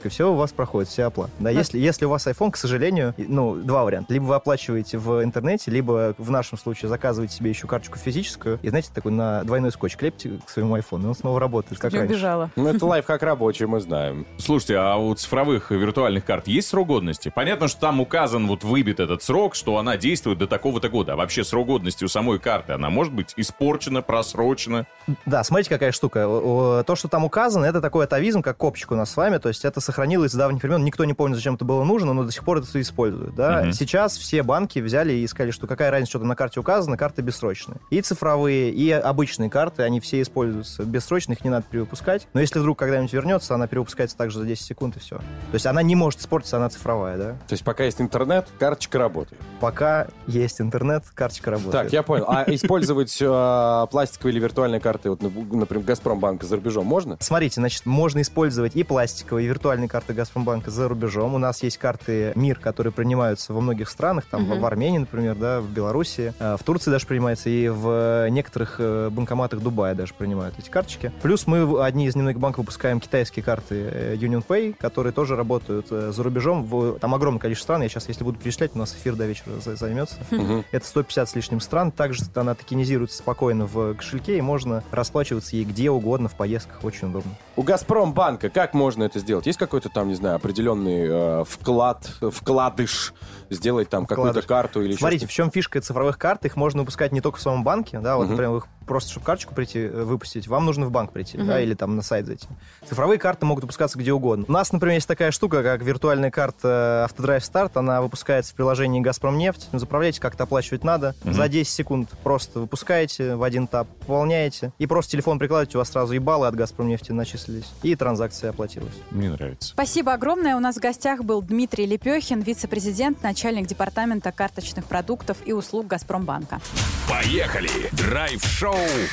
карточкой, все у вас проходит, вся оплата. Да, если, если у вас iPhone, к сожалению, ну, два варианта. Либо вы оплачиваете в интернете, либо в нашем случае заказываете себе еще карточку физическую, и, знаете, такой на двойной скотч клепите к своему iPhone, и он снова работает, как Я раньше. убежала. Ну, это лайфхак рабочий, мы знаем. Слушайте, а у цифровых виртуальных карт есть срок годности? Понятно, что там указан, вот выбит этот срок, что она действует до такого-то года. А вообще срок годности у самой карты, она может быть испорчена, просрочена? Да, смотрите, какая штука. О, То, что там указано, это такой атовизм, как копчик у нас с вами, то есть это сохранилось с давних времен, никто не помнит, зачем это было нужно, но до сих пор это все используют. Да? Мгм. Сейчас все банки взяли и сказали, что какая разница, что там на карте указано, карты бессрочные. И цифровые, и обычные карты, они все используются бессрочно, их не надо перевыпускать. Но если вдруг когда-нибудь вернется, она перевыпускается также за десять секунд, и все. То есть она не может испортиться, она цифровая, да? То есть пока есть интернет, карточка работает. Пока есть интернет, карточка работает. Так, я понял. А использовать э, пластиковые или виртуальные карты, вот, например, Газпромбанка за рубежом можно? Смотрите, значит, можно использовать и пластиковые, и виртуальные карты Газпромбанка за рубежом. У нас есть карты МИР, которые принимаются во многих странах, там Мгм. в Армении, например, да, в Беларуси, э, в Турции даже принимается, и в некоторых э, банкоматах Дубая даже принимают эти карточки. Плюс мы в- одни из немногих банков выпускаем китайские карты э, UnionPay, которые тоже работают э, за рубежом. В- Там огромное количество стран. Я сейчас, если буду перечислять, у нас эфир до вечера за- займется. Мгм. Это сто пятьдесят с лишним стран. Также она токенизируется спокойно в кошельке, и можно расплачиваться ей где угодно в поездках. Очень удобно. У Газпромбанка как можно это сделать? Есть какой-то там, не знаю, определенный э, вклад, вкладыш, сделать там какую-то Вкладыш. карту или Смотрите, что-то? в чем фишка цифровых карт? Их можно выпускать не только в самом банке, да, вот, Мгм. например, вы их просто, чтобы карточку прийти, э, выпустить, вам нужно в банк прийти, Мгм. да, или там на сайт зайти. Цифровые карты могут выпускаться где угодно. У нас, например, есть такая штука, как виртуальная карта Автодрайв Старт, она выпускается в приложении «Газпромнефть». Заправляете, как-то оплачивать надо. Мгм. За десять секунд просто выпускаете в один тап, пополняете, и просто телефон прикладываете, у вас сразу и баллы от «Газпромнефти» начислились, и транзакция оплатилась. Мне нравится. Спасибо огромное. У нас в гостях был Дмитрий Лепехин, вице-президент, начальник департамента карточных продуктов и услуг Газпромбанка. Поехали! Драйв-шоу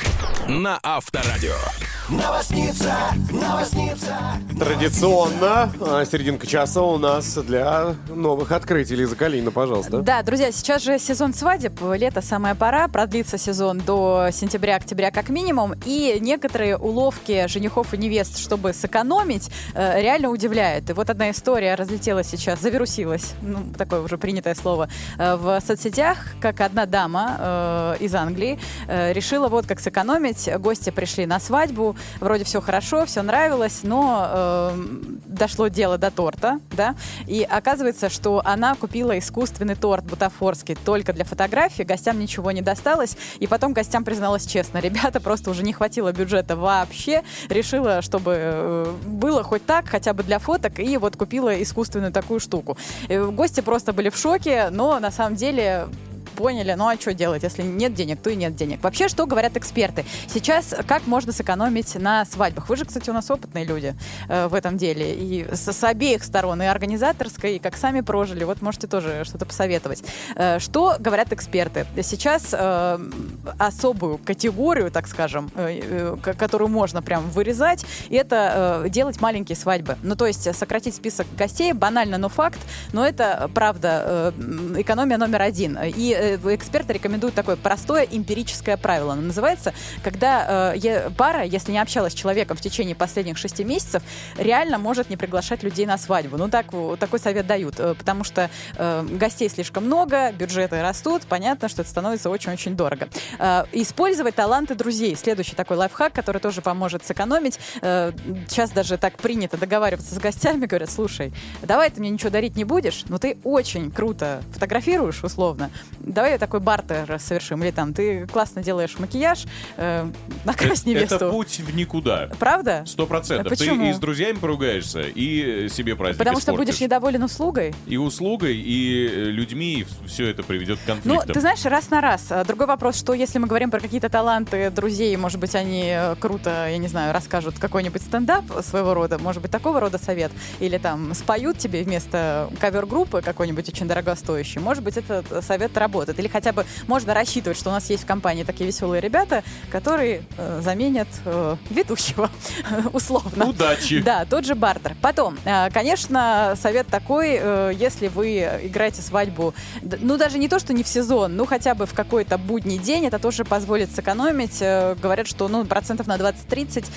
на Авторадио. Новосница, новосница. Традиционно а, серединка часа у нас для новых открытий. Лиза Калинина, пожалуйста. Да, друзья, сейчас же сезон свадеб, лето самая пора, продлится сезон до сентября-октября как минимум, и некоторые уловки женихов и невест, чтобы сэкономить, э, реально удивляют. И вот одна история разлетелась сейчас, завирусилась, ну, такое уже принятое слово, э, в соцсетях, как одна дама э, из Англии э, решила вот как сэкономить. Гости пришли на свадьбу, вроде все хорошо, все нравилось, но э, дошло дело до торта, да, и оказывается, что она купила искусственный торт бутафорский только для фотографий, гостям ничего не досталось, и потом гостям призналась честно, ребята, просто уже не хватило бюджета вообще, решила, чтобы э, было хоть так, хотя бы для фоток, и вот купила искусственную такую штуку. Э, Гости просто были в шоке, но на самом деле поняли, ну а что делать, если нет денег, то и нет денег. Вообще, что говорят эксперты? Сейчас как можно сэкономить на свадьбах? Вы же, кстати, у нас опытные люди э, в этом деле, и с, с обеих сторон, и организаторской, и как сами прожили, вот можете тоже что-то посоветовать. Э, что говорят эксперты? Сейчас э, особую категорию, так скажем, э, э, которую можно прям вырезать, это э, делать маленькие свадьбы. Ну, то есть сократить список гостей, банально, но факт, но это, правда, э, экономия номер один. И эксперты рекомендуют такое простое эмпирическое правило. Оно называется, когда э, пара, если не общалась с человеком в течение последних шести месяцев, реально может не приглашать людей на свадьбу. Ну, так, такой совет дают, э, потому что э, гостей слишком много, бюджеты растут, понятно, что это становится очень-очень дорого. Э, использовать таланты друзей. Следующий такой лайфхак, который тоже поможет сэкономить. Э, сейчас даже так принято договариваться с гостями, говорят, слушай, давай ты мне ничего дарить не будешь, но ты очень круто фотографируешь, условно, давай такой бартер совершим. Или там, ты классно делаешь макияж, э, накрась невесту. Это путь в никуда. Правда? Сто процентов. А Ты почему? и с друзьями поругаешься, и себе праздник Потому что испортишь. будешь недоволен услугой? И услугой, и людьми, и все это приведет к Ну, конфликтам. ты знаешь, раз на раз. А другой вопрос, что если мы говорим про какие-то таланты друзей, может быть, они э, круто, я не знаю, расскажут какой-нибудь стендап своего рода, может быть, такого рода совет, или там споют тебе вместо кавер-группы какой-нибудь очень дорогостоящий, может быть, этот совет работает. Или хотя бы можно рассчитывать, что у нас есть в компании такие веселые ребята, которые э, заменят э, ведущего, условно. Удачи! Да, тот же бартер. Потом, э, конечно, совет такой, э, если вы играете свадьбу, д- ну, даже не то, что не в сезон, ну, хотя бы в какой-то будний день, это тоже позволит сэкономить. Э, говорят, что, ну, процентов на двадцать-тридцать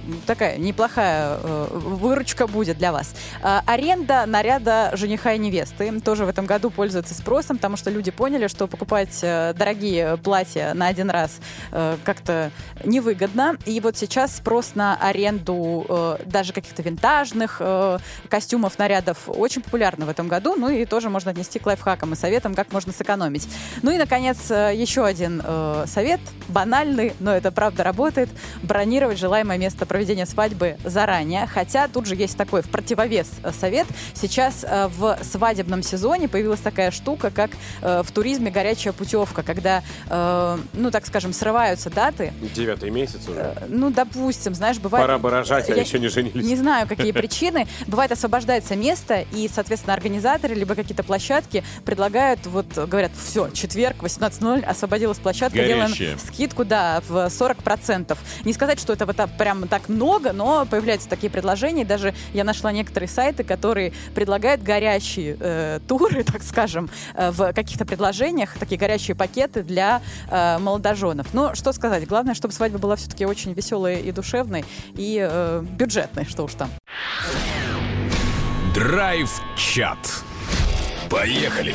такая неплохая э, выручка будет для вас. Э, аренда наряда жениха и невесты тоже в этом году пользуется спросом, потому что люди поняли, что покупать э, дорогие платья на один раз э, как-то невыгодно. И вот сейчас спрос на аренду э, даже каких-то винтажных э, костюмов, нарядов очень популярны в этом году. Ну и тоже можно отнести к лайфхакам и советам, как можно сэкономить. Ну и, наконец, э, еще один э, совет, банальный, но это правда работает. Бронировать желаемое место проведения свадьбы заранее. Хотя тут же есть такой в противовес совет. Сейчас э, в свадебном сезоне появилась такая штука, как э, в туризме горячая путевка, когда, э, ну так скажем, срываются даты. Девятый месяц уже. Э, ну, допустим, знаешь, бывает... Пора бы рожать, а я еще не женились. Не знаю, какие причины. Бывает, освобождается место, и, соответственно, организаторы, либо какие-то площадки предлагают, вот, говорят, все, четверг, восемнадцать ноль ноль, освободилась площадка, Горящая. делаем скидку, да, в сорок процентов. Не сказать, что это вот так, прям так много, но появляются такие предложения. Даже я нашла некоторые сайты, которые предлагают горящие э, туры, так скажем, э, в каких-то предложениях, такие горячие пакеты для э, молодоженов. Но что сказать, главное, чтобы свадьба была все-таки очень веселой и душевной, и э, бюджетной, что уж там. Драйв-чат. Поехали!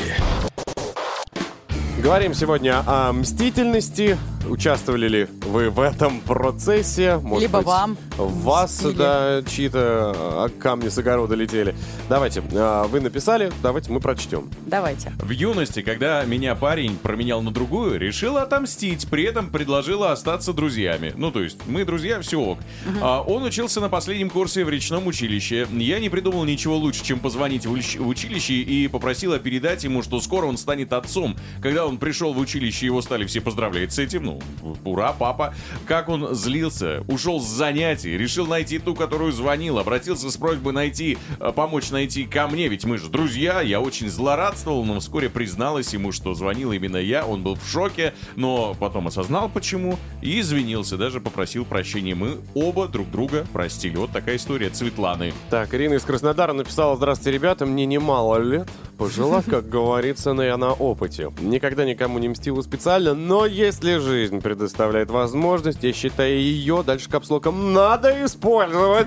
Говорим сегодня о мстительности. Участвовали ли вы в этом процессе? Может Либо быть, вам в вас, мстили. да, чьи-то камни с огорода летели. Давайте, вы написали, давайте мы прочтем. Давайте. В юности, когда меня парень променял на другую, решила отомстить, при этом предложила остаться друзьями. Ну, то есть, мы друзья, все ок. Мгм. А, он учился на последнем курсе в речном училище. Я не придумал ничего лучше, чем позвонить в уч- в училище и попросила передать ему, что скоро он станет отцом. Когда он пришел в училище, его стали все поздравлять с этим. Ну, ура, папа. Как он злился, ушел с занятий, решил найти ту, которую звонил, обратился с просьбой найти, э, помочь найти ко мне, ведь мы же друзья. Я очень злорадствовал, но вскоре призналась ему, что звонил именно я. Он был в шоке, но потом осознал, почему, и извинился, даже попросил прощения. Мы оба друг друга простили. Вот такая история от Светланы. Так, Ирина из Краснодара написала: «Здравствуйте, ребята, мне немало лет. Пожила, как говорится, на, на опыте. Никогда никому не мстила специально, но если жизнь предоставляет возможность, я считаю, ее дальше капслоком надо использовать.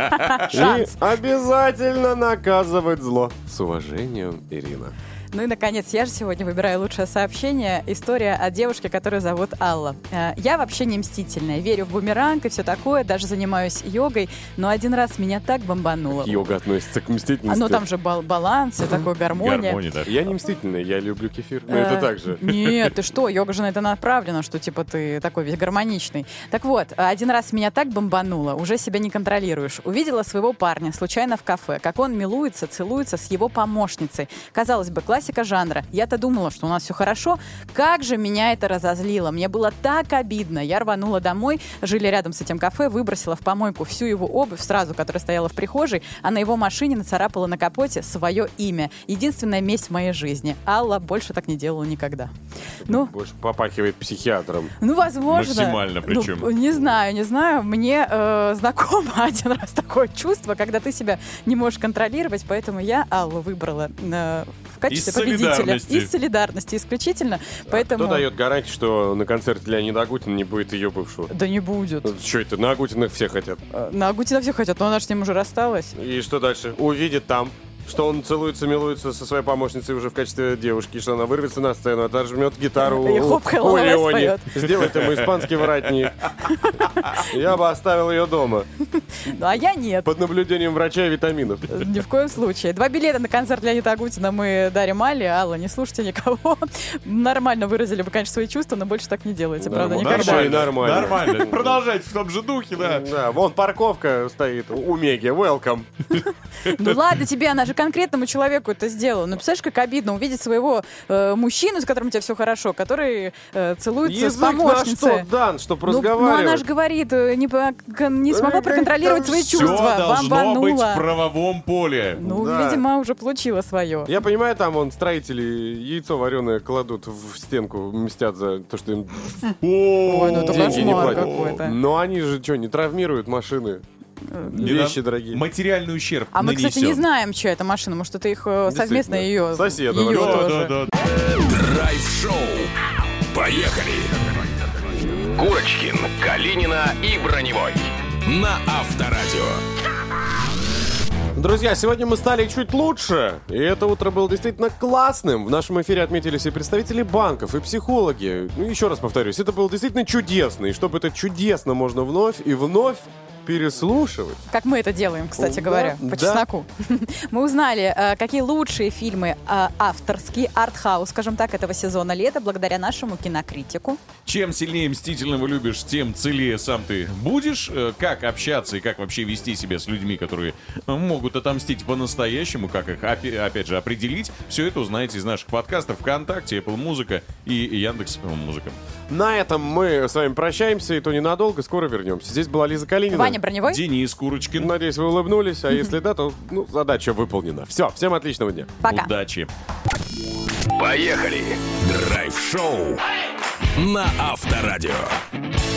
И обязательно наказывать зло. С уважением, Ирина». Ну и, наконец, я же сегодня выбираю лучшее сообщение. История о девушке, которую зовут Алла. Э, Я вообще не мстительная. Верю в бумеранг и все такое. Даже занимаюсь йогой. Но один раз меня так бомбануло. Йога относится к А, мстительности. ну там же бал- баланс и такое, гармония. Я не мстительный, я люблю кефир. Но Э, это так же. Нет, ты что, йога же на это направлена, что типа ты такой весь гармоничный. Так вот, один раз меня так бомбануло, уже себя не контролируешь. Увидела своего парня случайно в кафе, как он милуется, целуется с его помощницей. Казалось бы, классика жанра. Я-то думала, что у нас все хорошо. Как же меня это разозлило. Мне было так обидно. Я рванула домой, жили рядом с этим кафе, выбросила в помойку всю его обувь сразу, которая стояла в прихожей, а на его машине нацарапала на капоте свое имя. Единственная месть в моей жизни. Алла больше так не делала никогда. Ну, Больше попахивает психиатром. ну, возможно. Максимально причем. Ну, не знаю, не знаю. Мне э, знакомо один раз такое чувство, когда ты себя не можешь контролировать, поэтому я Аллу выбрала э, в качестве Из победителя. солидарности. Из солидарности исключительно. Поэтому... Кто дает гарантию, что на концерте Леонида Агутина не будет ее бывшего? Да не будет. Что это? На Агутиных все хотят. На Агутина все хотят, но она же с ним уже рассталась. И что дальше? Увидит там, что он целуется, милуется со своей помощницей уже в качестве девушки, что она вырвется на сцену, отожмет гитару И у, хоп, у Хэллоуин Леони. споет. Сделает ему испанский воротник. Я бы оставил ее дома. Ну, а я нет. Под наблюдением врача и витаминов. Ни в коем случае. Два билета на концерт Леонида Агутина мы дарим Алле. Алла, не слушайте никого. Нормально выразили бы, конечно, свои чувства, но больше так не делайте, правда, никогда. Нормально, нормально. Нормально. Продолжайте в том же духе, да. Да, вон парковка стоит у Меги. Welcome. Ну ладно тебе, она же конкретному человеку это сделала. Ну, представляешь, как обидно увидеть своего э, мужчину, с которым у тебя все хорошо, который э, целуется Язык с помощницей. на что дан, чтоб Ну, ну, разговаривать? она же говорит, э, не, по- кон- не смогла проконтролировать свои Все чувства. должно быть Бомбанула. в правовом поле. Ну, Да. видимо, уже получила свое. Я понимаю, там вон строители яйцо вареное кладут в стенку, мстят за то, что им Ой, ну это деньги не кошмар платят. какой-то. Но они же что, не травмируют машины? Не Вещи на- дорогие. Материальный ущерб А мы, кстати, не нанесен. знаем, чья это машина. Может, это их э, совместно ее. Соседа ее вообще. тоже. Да, да, да. Драйв-шоу. Поехали! Курочкин, Калинина и Броневой. на Авторадио. Друзья, сегодня мы стали чуть лучше, и это утро было действительно классным. В нашем эфире отметились и представители банков, и психологи. Ну, еще раз повторюсь, это было действительно чудесно, и чтобы это чудесно можно вновь и вновь переслушивать. Как мы это делаем, кстати Да, говоря, по да. чесноку. Мы узнали, э, какие лучшие фильмы э, авторские, артхаус, скажем так, этого сезона лета, благодаря нашему кинокритику. Чем сильнее Мстительного любишь, тем целее сам ты будешь. Э, Как общаться и как вообще вести себя с людьми, которые э, могут отомстить по-настоящему, как их, опи- опять же, определить, все это узнаете из наших подкастов ВКонтакте, Apple Музыка и Яндекс.Музыка. На этом мы с вами прощаемся, и то ненадолго, скоро вернемся. Здесь была Лиза Калинина. Ваня Броневой. Денис Курочкин. Надеюсь, вы улыбнулись, а если да, то ну, задача выполнена. Все, всем отличного дня. Пока. Удачи. Поехали! Драйв-шоу на Авторадио.